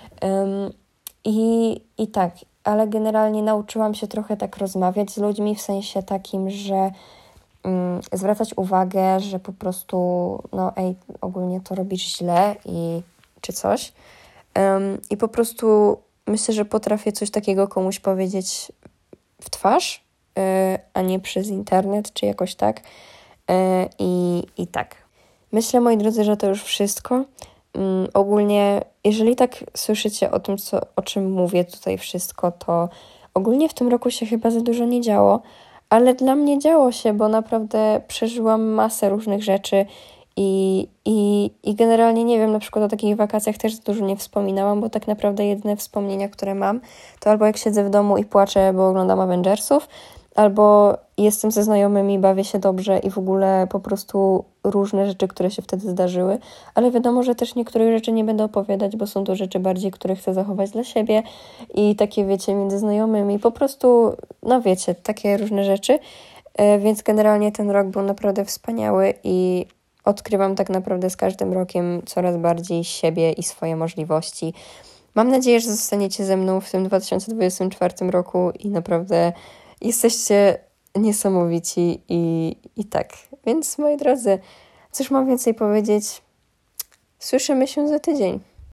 I tak, ale generalnie nauczyłam się trochę tak rozmawiać z ludźmi, w sensie takim, że zwracać uwagę, że po prostu ogólnie to robisz źle czy coś. I po prostu myślę, że potrafię coś takiego komuś powiedzieć w twarz, a nie przez internet, czy jakoś tak. I tak. Myślę, moi drodzy, że to już wszystko. Ogólnie, jeżeli tak słyszycie o tym, o czym mówię tutaj wszystko, to ogólnie w tym roku się chyba za dużo nie działo, ale dla mnie działo się, bo naprawdę przeżyłam masę różnych rzeczy i generalnie nie wiem, na przykład o takich wakacjach też za dużo nie wspominałam, bo tak naprawdę jedyne wspomnienia, które mam, to albo jak siedzę w domu i płaczę, bo oglądam Avengersów, albo jestem ze znajomymi, bawię się dobrze i w ogóle po prostu różne rzeczy, które się wtedy zdarzyły, ale wiadomo, że też niektórych rzeczy nie będę opowiadać, bo są to rzeczy bardziej, które chcę zachować dla siebie i takie, wiecie, między znajomymi, po prostu, no wiecie, takie różne rzeczy, więc generalnie ten rok był naprawdę wspaniały i odkrywam tak naprawdę z każdym rokiem coraz bardziej siebie i swoje możliwości. Mam nadzieję, że zostaniecie ze mną w tym 2024 roku i naprawdę jesteście niesamowici i tak. Więc moi drodzy, cóż mam więcej powiedzieć? Słyszymy się za tydzień.